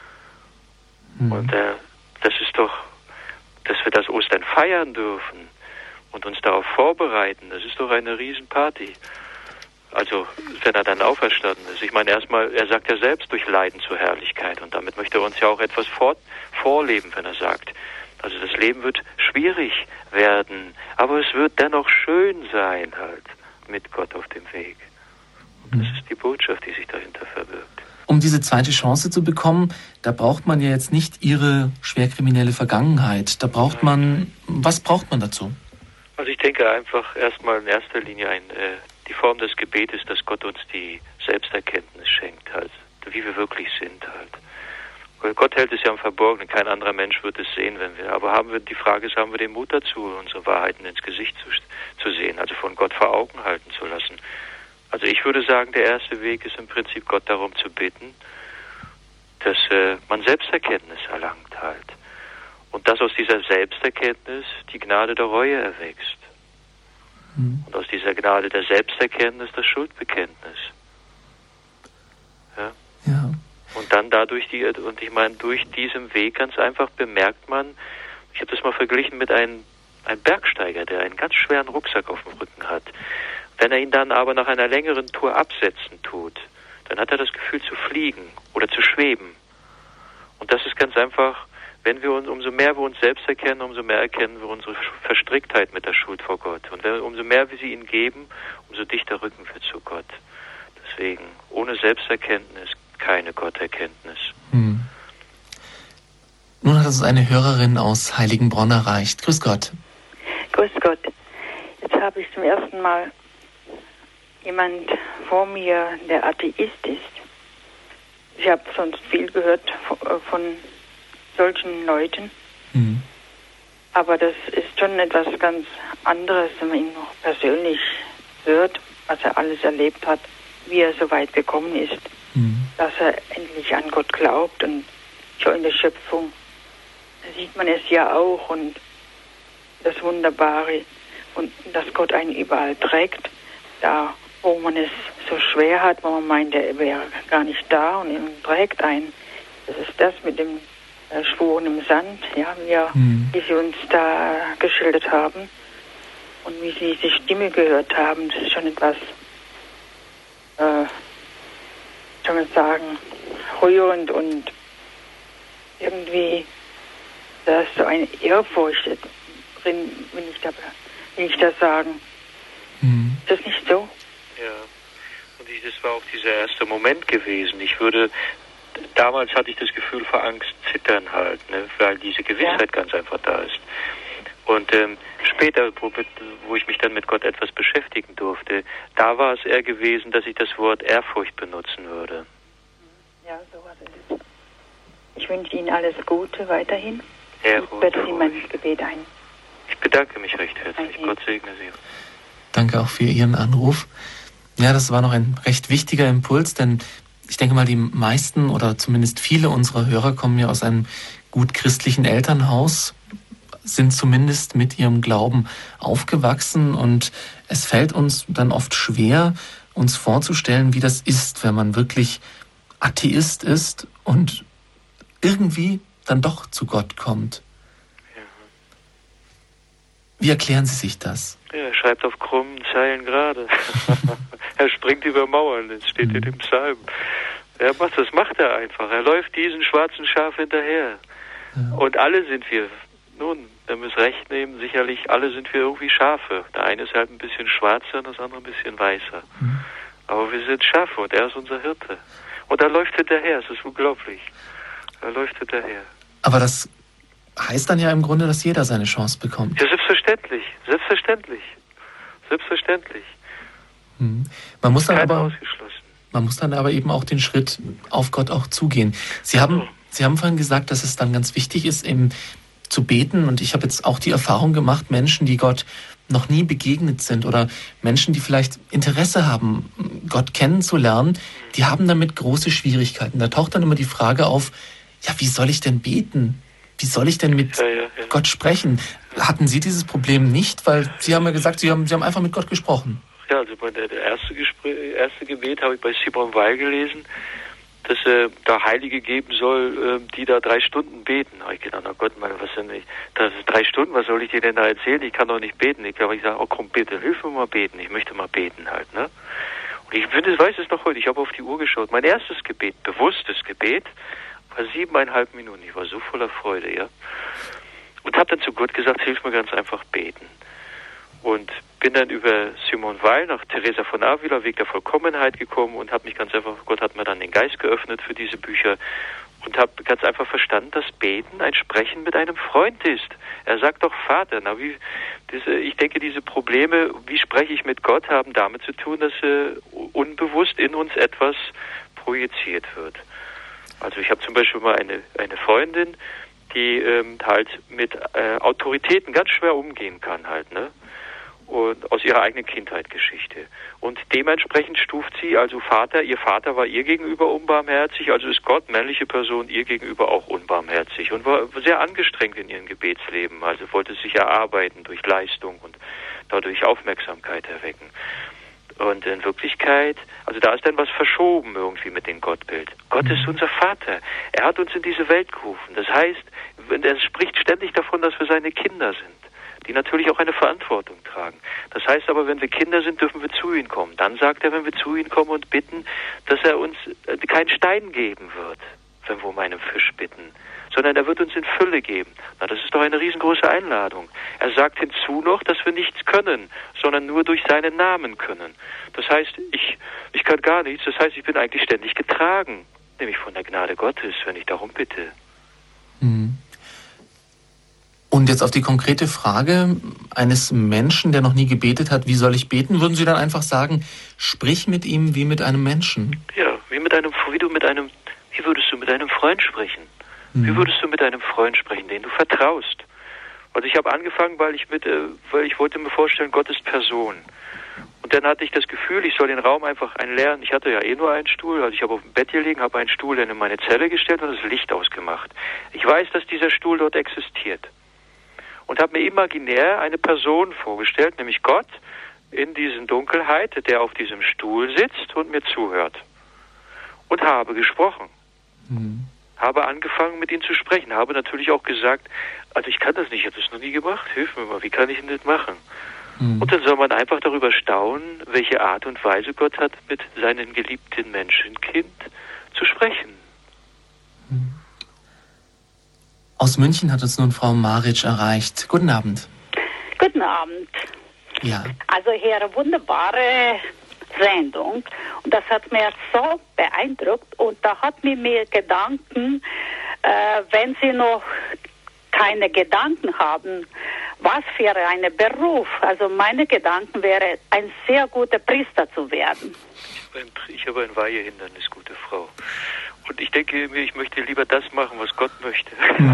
Mhm. Und äh, das ist doch, dass wir das Ostern feiern dürfen und uns darauf vorbereiten, das ist doch eine Riesenparty. Also, wenn er dann auferstanden ist. Ich meine, erstmal, er sagt ja selbst durch Leiden zur Herrlichkeit und damit möchte er uns ja auch etwas vor, vorleben, wenn er sagt, also das Leben wird schwierig werden, aber es wird dennoch schön sein halt mit Gott auf dem Weg. Und das ist die Botschaft, die sich dahinter verbirgt. Um diese zweite Chance zu bekommen, da braucht man ja jetzt nicht Ihre schwerkriminelle Vergangenheit. Da braucht man, was braucht man dazu? Also ich denke einfach erstmal in erster Linie ein, äh, die Form des Gebetes, dass Gott uns die Selbsterkenntnis schenkt, halt, wie wir wirklich sind halt. Weil Gott hält es ja im Verborgenen, kein anderer Mensch wird es sehen, wenn wir, aber haben wir, die Frage ist, haben wir den Mut dazu, unsere Wahrheiten ins Gesicht zu, zu sehen, also von Gott vor Augen halten zu lassen. Also ich würde sagen, der erste Weg ist im Prinzip, Gott darum zu bitten, dass äh, man Selbsterkenntnis erlangt halt. Und dass aus dieser Selbsterkenntnis die Gnade der Reue erwächst. Mhm. Und aus dieser Gnade der Selbsterkenntnis das Schuldbekenntnis. Ja. Ja. Und dann dadurch die, und ich meine, durch diesen Weg ganz einfach bemerkt man, ich habe das mal verglichen mit einem, einem Bergsteiger, der einen ganz schweren Rucksack auf dem Rücken hat. Wenn er ihn dann aber nach einer längeren Tour absetzen tut, dann hat er das Gefühl zu fliegen oder zu schweben. Und das ist ganz einfach, wenn wir uns, umso mehr wir uns selbst erkennen, umso mehr erkennen wir unsere Verstricktheit mit der Schuld vor Gott. Und wenn, umso mehr wir sie ihm geben, umso dichter rücken wir zu Gott. Deswegen, ohne Selbsterkenntnis keine Gotterkenntnis. Hm. Nun hat uns eine Hörerin aus Heiligenbronn erreicht. Grüß Gott. Grüß Gott. Jetzt habe ich zum ersten Mal jemand vor mir, der Atheist ist. Ich habe sonst viel gehört von solchen Leuten. Mhm. Aber das ist schon etwas ganz anderes, wenn man ihn noch persönlich hört, was er alles erlebt hat, wie er so weit gekommen ist, mhm. dass er endlich an Gott glaubt und schon in der Schöpfung. Da sieht man es ja auch und das Wunderbare und dass Gott einen überall trägt, da wo man es so schwer hat, wo man meint, er wäre gar nicht da und ihn trägt einen. Das ist das mit dem äh, Spuren im Sand, ja, wir, mhm. wie Sie uns da geschildert haben und wie Sie diese Stimme gehört haben, das ist schon etwas, äh, kann man sagen, rührend und irgendwie, da ist so eine Ehrfurcht drin, will ich, da, will ich das sagen. Mhm. Ist das nicht so? Ja, und ich, das war auch dieser erste Moment gewesen. Ich würde, damals hatte ich das Gefühl vor Angst zittern halt, ne, weil diese Gewissheit ja. ganz einfach da ist. Und ähm, später, wo, wo ich mich dann mit Gott etwas beschäftigen durfte, da war es eher gewesen, dass ich das Wort Ehrfurcht benutzen würde. Ja, so war es. Ich wünsche Ihnen alles Gute weiterhin. Ja, ich werde Sie in mein Gebet ein. Ich bedanke mich recht herzlich. Okay. Gott segne Sie. Danke auch für Ihren Anruf. Ja, das war noch ein recht wichtiger Impuls, denn ich denke mal, die meisten oder zumindest viele unserer Hörer kommen ja aus einem gut christlichen Elternhaus, sind zumindest mit ihrem Glauben aufgewachsen und es fällt uns dann oft schwer, uns vorzustellen, wie das ist, wenn man wirklich Atheist ist und irgendwie dann doch zu Gott kommt. Ja. Wie erklären Sie sich das? Ja, er schreibt auf krummen Zeilen gerade. Er springt über Mauern, das steht mhm. in dem Psalm. Er macht, das macht er einfach. Er läuft diesen schwarzen Schaf hinterher. Ja. Und alle sind wir, nun, wenn wir es recht nehmen, sicherlich alle sind wir irgendwie Schafe. Der eine ist halt ein bisschen schwarzer und das andere ein bisschen weißer. Mhm. Aber wir sind Schafe und er ist unser Hirte. Und er läuft hinterher, es ist unglaublich. Er läuft hinterher. Aber das heißt dann ja im Grunde, dass jeder seine Chance bekommt. Ja, selbstverständlich. Selbstverständlich. Selbstverständlich. Hm. Man muss dann Keiner aber, ausgeschlossen. Man muss dann aber eben auch den Schritt auf Gott auch zugehen. Sie haben, oh. Sie haben vorhin gesagt, dass es dann ganz wichtig ist, eben zu beten. Und ich habe jetzt auch die Erfahrung gemacht, Menschen, die Gott noch nie begegnet sind oder Menschen, die vielleicht Interesse haben, Gott kennenzulernen, die haben damit große Schwierigkeiten. Da taucht dann immer die Frage auf, ja, wie soll ich denn beten? Wie soll ich denn mit ja, ja, ja. Gott sprechen? Hatten Sie dieses Problem nicht? Weil Sie haben ja gesagt, Sie haben, Sie haben einfach mit Gott gesprochen. Ja, also bei der, der erste, Gespräch, erste Gebet habe ich bei Simon Weil gelesen, dass es äh, da Heilige geben soll, äh, die da drei Stunden beten. Da habe ich gedacht, na Gott, meine, was denn nicht? Das ist drei Stunden, was soll ich dir denn da erzählen? Ich kann doch nicht beten. Ich habe gesagt, oh komm bitte, hilf mir mal beten. Ich möchte mal beten halt, ne? Und ich finde, weiß es noch heute. Ich habe auf die Uhr geschaut. Mein erstes Gebet, bewusstes Gebet, war siebeneinhalb Minuten. Ich war so voller Freude, ja. Und habe dann zu Gott gesagt, hilf mir ganz einfach beten. Und bin dann über Simone Weil nach Teresa von Avila, Weg der Vollkommenheit gekommen und habe mich ganz einfach, Gott hat mir dann den Geist geöffnet für diese Bücher und habe ganz einfach verstanden, dass Beten ein Sprechen mit einem Freund ist. Er sagt doch Vater. Na, wie, diese, ich denke, diese Probleme, wie spreche ich mit Gott, haben damit zu tun, dass äh, unbewusst in uns etwas projiziert wird. Also ich habe zum Beispiel mal eine, eine Freundin, die ähm, halt mit äh, Autoritäten ganz schwer umgehen kann halt, ne? Und aus ihrer eigenen Kindheitsgeschichte. Und dementsprechend stuft sie, also Vater, ihr Vater war ihr gegenüber unbarmherzig, also ist Gott, männliche Person, ihr gegenüber auch unbarmherzig und war sehr angestrengt in ihrem Gebetsleben, also wollte sich erarbeiten durch Leistung und dadurch Aufmerksamkeit erwecken. Und in Wirklichkeit, also da ist dann was verschoben irgendwie mit dem Gottbild. Gott ist unser Vater. Er hat uns in diese Welt gerufen. Das heißt, er spricht ständig davon, dass wir seine Kinder sind, die natürlich auch eine Verantwortung tragen. Das heißt aber, wenn wir Kinder sind, dürfen wir zu ihm kommen. Dann sagt er, wenn wir zu ihm kommen und bitten, dass er uns keinen Stein geben wird, wenn wir um einen Fisch bitten, sondern er wird uns in Fülle geben. Na, das ist doch eine riesengroße Einladung. Er sagt hinzu noch, dass wir nichts können, sondern nur durch seinen Namen können. Das heißt, ich, ich kann gar nichts, das heißt, ich bin eigentlich ständig getragen, nämlich von der Gnade Gottes, wenn ich darum bitte. Mhm. Und jetzt auf die konkrete Frage eines Menschen, der noch nie gebetet hat, wie soll ich beten, würden Sie dann einfach sagen, sprich mit ihm wie mit einem Menschen? Ja, wie mit einem, wie du mit einem, wie würdest du mit einem Freund sprechen? Mhm. Wie würdest du mit einem Freund sprechen, den du vertraust? Also ich habe angefangen, weil ich mit, äh, weil ich wollte mir vorstellen, Gott ist Person. Und dann hatte ich das Gefühl, ich soll den Raum einfach einleeren. Ich hatte ja eh nur einen Stuhl, also ich habe auf dem Bett gelegen, habe einen Stuhl in meine Zelle gestellt und das Licht ausgemacht. Ich weiß, dass dieser Stuhl dort existiert. Und habe mir imaginär eine Person vorgestellt, nämlich Gott, in diesen Dunkelheit, der auf diesem Stuhl sitzt und mir zuhört. Und habe gesprochen. Mhm. habe angefangen, mit ihnen zu sprechen, habe natürlich auch gesagt, also ich kann das nicht, ich habe das noch nie gemacht, hilf mir mal, wie kann ich denn das machen? Mhm. Und dann soll man einfach darüber staunen, welche Art und Weise Gott hat, mit seinen geliebten Menschenkind zu sprechen. Mhm. Aus München hat uns nun Frau Maric erreicht. Guten Abend. Guten Abend. Ja. Also hier eine wunderbare Sendung und das hat mir so beeindruckt und da hat mir mir Gedanken, äh, wenn Sie noch keine Gedanken haben, was für einen Beruf, also meine Gedanken wäre, ein sehr guter Priester zu werden. Ich habe ein Weihehindernis, gute Frau. Und ich denke mir, ich möchte lieber das machen, was Gott möchte.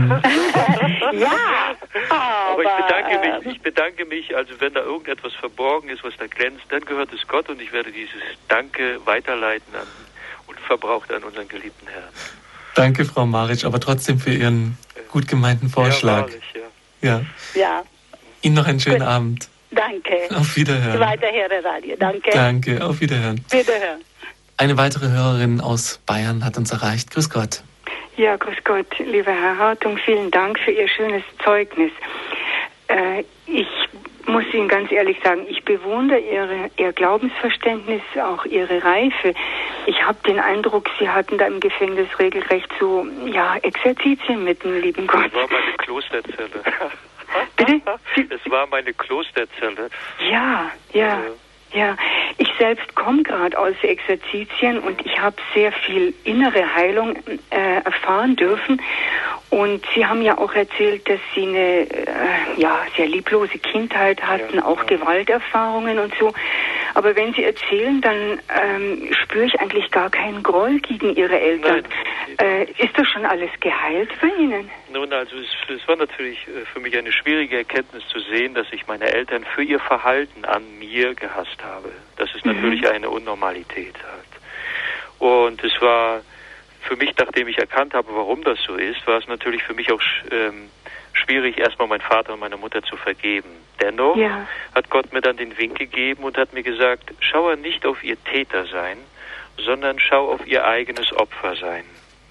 Ja, aber, aber ich bedanke mich, ich bedanke mich, also wenn da irgendetwas verborgen ist, was da glänzt, dann gehört es Gott und ich werde dieses Danke weiterleiten an, unverbraucht an unseren geliebten Herrn. Danke, Frau Maric, aber trotzdem für Ihren gut gemeinten Vorschlag. Ja, wahrlich, ja. Ja. Ja. Ihnen noch einen schönen Gut. Abend. Danke. Auf Wiederhören. Weiterhören, Radio. Danke. Danke, auf Wiederhören. Wiederhören. Eine weitere Hörerin aus Bayern hat uns erreicht. Grüß Gott. Ja, grüß Gott, lieber Herr Hartung, vielen Dank für Ihr schönes Zeugnis. Äh, ich muss Ihnen ganz ehrlich sagen, ich bewundere Ihre, Ihr Glaubensverständnis, auch Ihre Reife. Ich habe den Eindruck, Sie hatten da im Gefängnis regelrecht so, ja, Exerzitien mit dem lieben Gott. Das war meine Klosterzelle. Bitte? Es war meine Klosterzelle. Ja, ja. Also, Ja, ich selbst komme gerade aus Exerzitien und ich habe sehr viel innere Heilung äh, erfahren dürfen. Und Sie haben ja auch erzählt, dass Sie eine äh, ja, sehr lieblose Kindheit hatten, ja, auch ja. Gewalterfahrungen und so. Aber wenn Sie erzählen, dann ähm, spüre ich eigentlich gar keinen Groll gegen Ihre Eltern. Äh, ist das schon alles geheilt bei Ihnen? Nun, also es, es war natürlich für mich eine schwierige Erkenntnis zu sehen, dass ich meine Eltern für ihr Verhalten an mir gehasst habe. Das ist natürlich mhm. eine Unnormalität halt. Und es war für mich, nachdem ich erkannt habe, warum das so ist, war es natürlich für mich auch ähm, schwierig, erstmal meinen Vater und meine Mutter zu vergeben. Dennoch ja. hat Gott mir dann den Wink gegeben und hat mir gesagt, schaue nicht auf ihr Tätersein, sondern schau auf ihr eigenes Opfersein.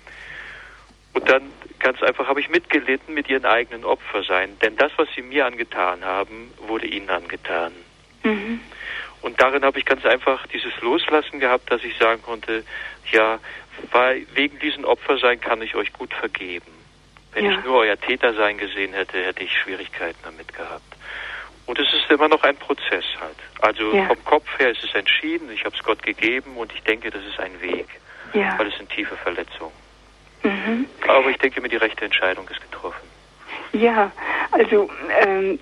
Und dann ganz einfach habe ich mitgelitten mit ihren eigenen Opfersein. Denn das, was sie mir angetan haben, wurde ihnen angetan. Mhm. Und darin habe ich ganz einfach dieses Loslassen gehabt, dass ich sagen konnte, ja, weil wegen diesem Opfersein kann ich euch gut vergeben. Wenn ja. ich nur euer Tätersein gesehen hätte, hätte ich Schwierigkeiten damit gehabt. Und es ist immer noch ein Prozess halt. Also ja. vom Kopf her ist es entschieden, ich habe es Gott gegeben und ich denke, das ist ein Weg. Ja. Weil es sind tiefe Verletzungen. Mhm. Aber ich denke mir, die rechte Entscheidung ist getroffen. Ja, also ähm,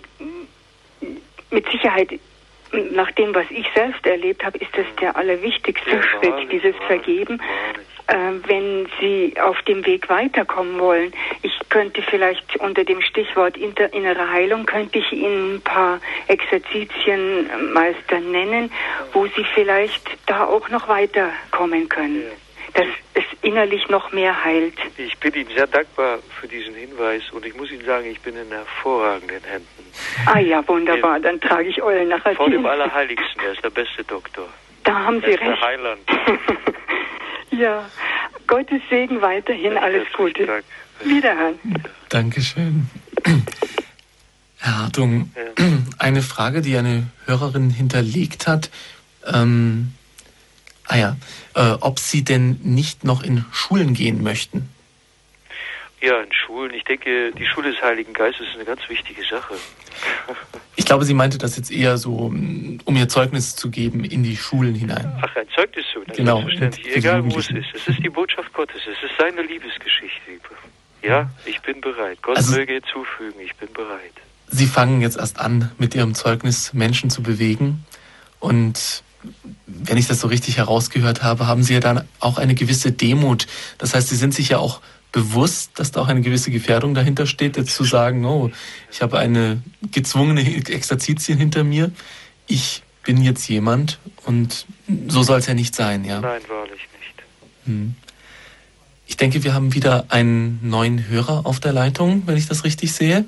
mit Sicherheit, nach dem, was ich selbst erlebt habe, ist das der allerwichtigste ja, Schritt, wahrlich, dieses wahrlich, Vergeben. Wahrlich. Äh, wenn Sie auf dem Weg weiterkommen wollen. Ich könnte vielleicht unter dem Stichwort inter, innere Heilung, könnte ich Ihnen ein paar Exerzitienmeister nennen, wo Sie vielleicht da auch noch weiterkommen können. Ja. Dass es innerlich noch mehr heilt. Ich bin Ihnen sehr dankbar für diesen Hinweis und ich muss Ihnen sagen, ich bin in hervorragenden Händen. Ah ja, wunderbar, dann trage ich Eulen nachher. Vor dem Allerheiligsten, er ist der beste Doktor. Da haben Sie er ist recht. Der Heiland. Ja, Gottes Segen weiterhin, ja, alles Gute. Dank. Wiederhören. Dankeschön. Herr Hartung, ja. Eine Frage, die eine Hörerin hinterlegt hat. Ähm, ah ja, äh, ob Sie denn nicht noch in Schulen gehen möchten? Ja, in Schulen. Ich denke, die Schule des Heiligen Geistes ist eine ganz wichtige Sache. Ich glaube, sie meinte das jetzt eher so, um ihr Zeugnis zu geben in die Schulen hinein. Ach, ein Zeugnis zu, genau, selbstverständlich. Egal, wo es ist. Es ist die Botschaft Gottes. Es ist seine Liebesgeschichte. Ja, ich bin bereit. Gott also, möge hinzufügen, ich bin bereit. Sie fangen jetzt erst an, mit Ihrem Zeugnis Menschen zu bewegen. Und wenn ich das so richtig herausgehört habe, haben Sie ja dann auch eine gewisse Demut. Das heißt, Sie sind sich ja auch bewusst, dass da auch eine gewisse Gefährdung dahinter steht, jetzt zu sagen, oh, ich habe eine gezwungene Exerzitien hinter mir, ich bin jetzt jemand und so soll es ja nicht sein, ja? Nein, wahrlich nicht. Hm. Ich denke, wir haben wieder einen neuen Hörer auf der Leitung, wenn ich das richtig sehe.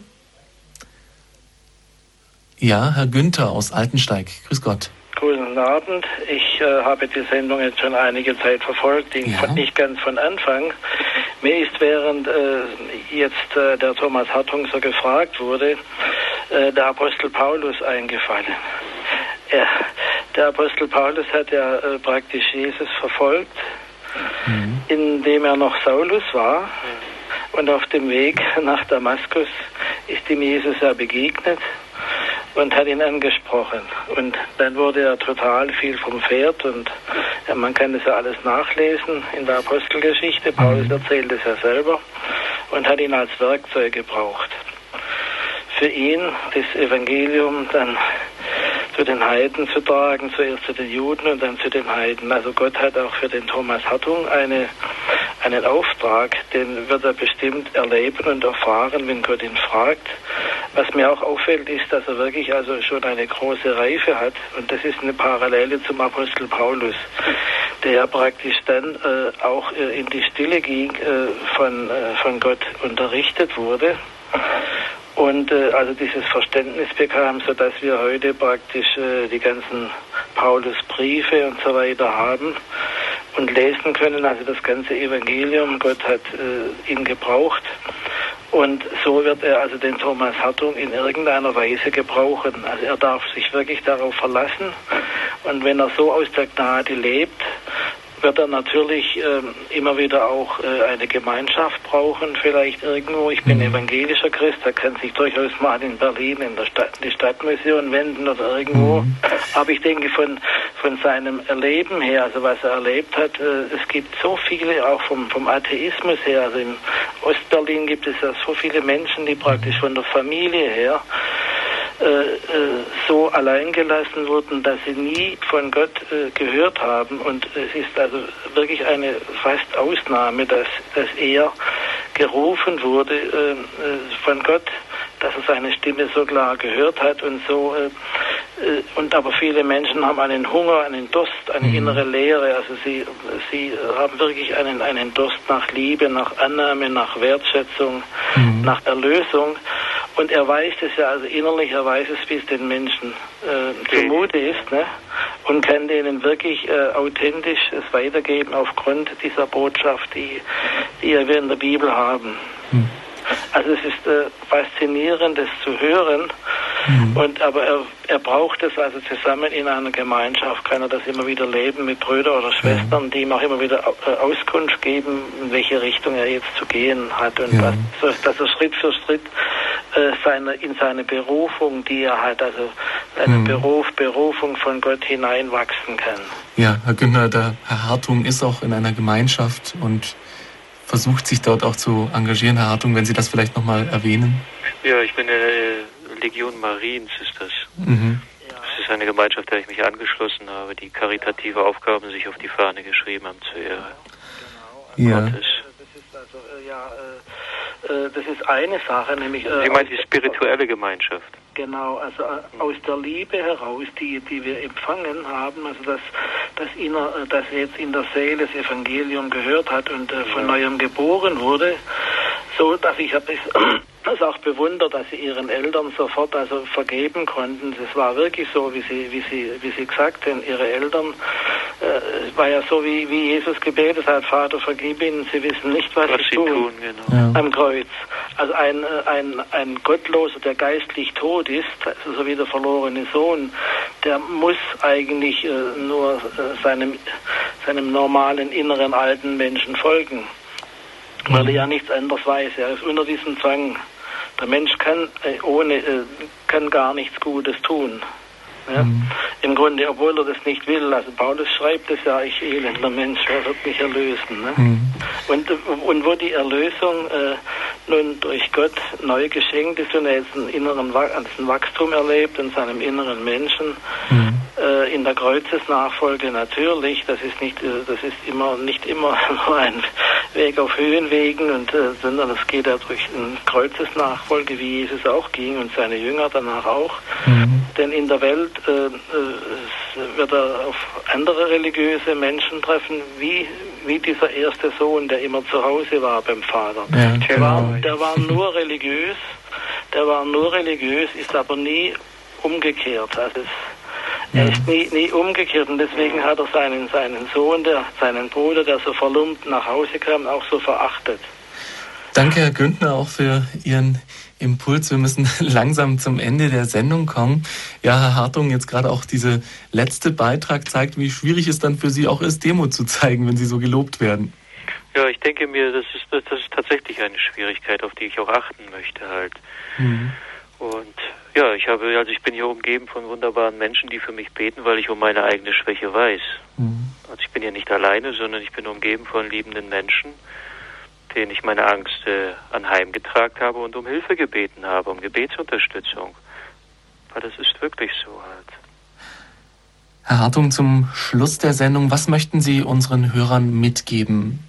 Ja, Herr Günther aus Altensteig. Grüß Gott. Guten Abend. Ich äh, habe die Sendung jetzt schon einige Zeit verfolgt, die ja. von, nicht ganz von Anfang. Mir ist während äh, jetzt äh, der Thomas Hartung so gefragt wurde, äh, der Apostel Paulus eingefallen. Er, der Apostel Paulus hat ja äh, praktisch Jesus verfolgt, mhm. indem er noch Saulus war. Mhm. Und auf dem Weg nach Damaskus ist ihm Jesus ja begegnet und hat ihn angesprochen. Und dann wurde er total viel vom Pferd und ja, man kann das ja alles nachlesen in der Apostelgeschichte. Paulus erzählt es ja selber und hat ihn als Werkzeug gebraucht. Für ihn das Evangelium dann zu den Heiden zu tragen, zuerst zu den Juden und dann zu den Heiden. Also Gott hat auch für den Thomas Hartung eine, einen Auftrag, den wird er bestimmt erleben und erfahren, wenn Gott ihn fragt. Was mir auch auffällt, ist, dass er wirklich also schon eine große Reife hat und das ist eine Parallele zum Apostel Paulus, der praktisch dann äh, auch äh, in die Stille ging, äh, von, äh, von Gott unterrichtet wurde. Und äh, also dieses Verständnis bekam, sodass wir heute praktisch äh, die ganzen Paulusbriefe und so weiter haben und lesen können, also das ganze Evangelium. Gott hat äh, ihn gebraucht und so wird er also den Thomas Hartung in irgendeiner Weise gebrauchen. Also er darf sich wirklich darauf verlassen und wenn er so aus der Gnade lebt, wird er natürlich äh, immer wieder auch äh, eine Gemeinschaft brauchen, vielleicht irgendwo. Ich bin evangelischer Christ, er kann sich durchaus mal in Berlin in der Stadt, die Stadtmission wenden oder irgendwo. Mhm. Aber ich denke von, von seinem Erleben her, also was er erlebt hat, äh, es gibt so viele, auch vom, vom Atheismus her, also im Ostberlin gibt es ja so viele Menschen, die praktisch von der Familie her Äh, äh, so allein gelassen wurden, dass sie nie von Gott äh, gehört haben. Und es ist also wirklich eine fast Ausnahme, dass, dass er gerufen wurde äh, äh, von Gott, dass er seine Stimme so klar gehört hat und so. Äh, äh, und aber viele Menschen haben einen Hunger, einen Durst, eine mhm. innere Leere. Also sie, sie haben wirklich einen, einen Durst nach Liebe, nach Annahme, nach Wertschätzung, mhm. nach Erlösung. Und er weiß es ja, also innerlich, er weiß es, wie es den Menschen äh, zumute ist, ne? Und kann denen wirklich äh, authentisch es weitergeben aufgrund dieser Botschaft, die, die wir in der Bibel haben. Hm. Also es ist äh, faszinierend, das zu hören. Mhm. Und aber er, er braucht es also zusammen in einer Gemeinschaft, kann er das immer wieder leben mit Brüdern oder Schwestern, ja. die ihm auch immer wieder äh, Auskunft geben, in welche Richtung er jetzt zu gehen hat und ja. was, dass er Schritt für Schritt äh, seine, in seine Berufung, die er hat, also seine mhm. Beruf, Berufung von Gott hineinwachsen kann. Ja, Herr Günther, der Herr Hartung ist auch in einer Gemeinschaft und versucht sich dort auch zu engagieren. Herr Hartung, wenn Sie das vielleicht nochmal erwähnen. Ja, ich bin in der Legion Mariens, ist das. Mhm. Das ist eine Gemeinschaft, der ich mich angeschlossen habe, die karitative Aufgaben sich auf die Fahne geschrieben haben zur Ehre ja. Gottes. Das ist also, ja, äh, das ist eine Sache, nämlich... Äh, Sie meinen die spirituelle Gemeinschaft? Genau, also äh, aus der Liebe heraus, die, die wir empfangen haben, also dass, dass, inner, dass er jetzt in der Seele das Evangelium gehört hat und äh, von ja. Neuem geboren wurde, so dass ich habe es auch bewundert, dass sie ihren Eltern sofort also vergeben konnten. Es war wirklich so, wie sie, wie sie, wie sie gesagt haben, ihre Eltern, äh, war ja so, wie, wie Jesus gebetet hat, Vater, vergib ihnen, sie wissen nicht, was, was sie tun, tun genau. ja. am Kreuz. Also ein, ein, ein Gottloser, der geistlich tot ist, also so wie der verlorene Sohn, der muss eigentlich äh, nur äh, seinem, seinem normalen inneren alten Menschen folgen, mhm. weil er ja nichts anderes weiß. Er ist unter diesem Zwang. Der Mensch kann äh, ohne äh, kann gar nichts Gutes tun. Ja? Mhm. Im Grunde, obwohl er das nicht will. Also Paulus schreibt es ja, ich elender Mensch, wer wird mich erlösen? Ne? Mhm. Und, und wo die Erlösung äh, nun durch Gott neu geschenkt ist und er jetzt einen inneren ein Wachstum erlebt in seinem inneren Menschen, mhm. äh, in der Kreuzesnachfolge natürlich, das ist nicht, äh, das ist immer nicht immer nur ein Weg auf Höhenwegen, und, äh, sondern es geht ja durch eine Kreuzesnachfolge, wie Jesus auch ging und seine Jünger danach auch. Mhm. Denn in der Welt äh, äh, wird er auf andere religiöse Menschen treffen, wie, wie dieser erste Sohn, der immer zu Hause war beim Vater. Ja, der, genau. war, der war nur religiös, der war nur religiös, ist aber nie umgekehrt. Also es, Er Mhm. ist nie, nie umgekehrt und deswegen hat er seinen, seinen Sohn, der, seinen Bruder, der so verlumpt nach Hause kam, auch so verachtet. Danke, Herr Güntner, auch für Ihren Impuls. Wir müssen langsam zum Ende der Sendung kommen. Ja, Herr Hartung, jetzt gerade auch dieser letzte Beitrag zeigt, wie schwierig es dann für Sie auch ist, Demut zu zeigen, wenn Sie so gelobt werden. Ja, ich denke mir, das ist, das ist tatsächlich eine Schwierigkeit, auf die ich auch achten möchte halt. Mhm. Und ja, ich habe, also ich bin hier umgeben von wunderbaren Menschen, die für mich beten, weil ich um meine eigene Schwäche weiß. Mhm. Also ich bin hier nicht alleine, sondern ich bin umgeben von liebenden Menschen, denen ich meine Angst äh, anheimgetragen habe und um Hilfe gebeten habe, um Gebetsunterstützung. Weil das ist wirklich so halt. Herr Hartung, zum Schluss der Sendung, was möchten Sie unseren Hörern mitgeben?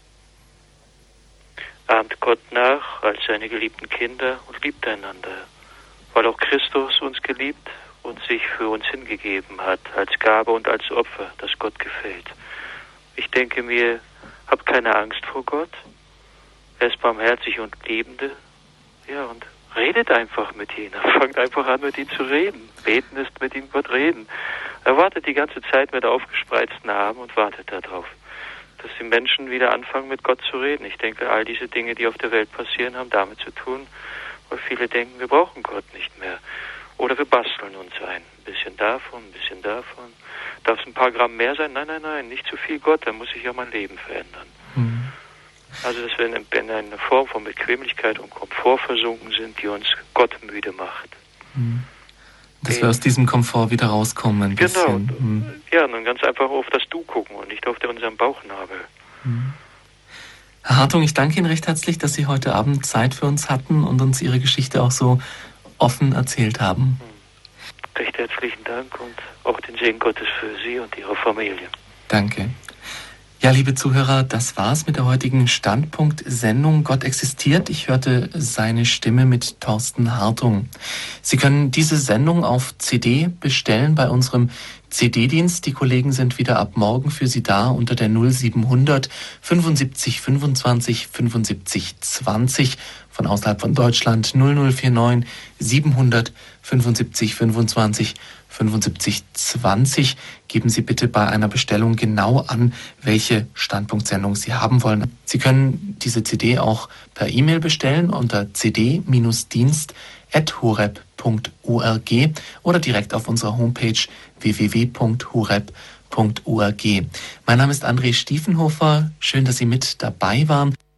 Ahmt Gott nach als seine geliebten Kinder und liebt einander, weil auch Christus uns geliebt und sich für uns hingegeben hat, als Gabe und als Opfer, das Gott gefällt. Ich denke mir, habt keine Angst vor Gott. Er ist barmherzig und liebende. Ja, und redet einfach mit ihm. Fangt einfach an, mit ihm zu reden. Beten ist mit ihm Gott reden. Er wartet die ganze Zeit mit aufgespreizten Armen und wartet darauf, dass die Menschen wieder anfangen, mit Gott zu reden. Ich denke, all diese Dinge, die auf der Welt passieren, haben damit zu tun, weil viele denken, wir brauchen Gott nicht mehr. Oder wir basteln uns ein. Ein bisschen davon, ein bisschen davon. Darf es ein paar Gramm mehr sein? Nein, nein, nein, nicht zu viel Gott, dann muss ich ja mein Leben verändern. Mhm. Also, dass wir in eine Form von Bequemlichkeit und Komfort versunken sind, die uns Gott müde macht. Mhm. Dass wir aus diesem Komfort wieder rauskommen ein bisschen. Genau. Mhm. Ja, und dann ganz einfach auf das Du gucken und nicht auf unseren Bauchnabel. Mhm. Herr Hartung, ich danke Ihnen recht herzlich, dass Sie heute Abend Zeit für uns hatten und uns Ihre Geschichte auch so offen erzählt haben. Recht herzlichen Dank und auch den Segen Gottes für Sie und Ihre Familie. Danke. Ja, liebe Zuhörer, das war's mit der heutigen Standpunkt-Sendung Gott existiert. Ich hörte seine Stimme mit Thorsten Hartung. Sie können diese Sendung auf C D bestellen bei unserem C D-Dienst. Die Kollegen sind wieder ab morgen für Sie da unter der null siebenhundert fünfundsiebzig fünfundzwanzig fünfundsiebzig zwanzig von außerhalb von Deutschland null null neunundvierzig siebenhundert fünfundsiebzig fünfundzwanzig fünfundsiebzig zwanzig. Geben Sie bitte bei einer Bestellung genau an, welche Standpunktsendung Sie haben wollen. Sie können diese C D auch per E-Mail bestellen unter c d dienst at horeb punkt org oder direkt auf unserer Homepage w w w punkt horeb punkt org. Mein Name ist André Stiefenhofer. Schön, dass Sie mit dabei waren.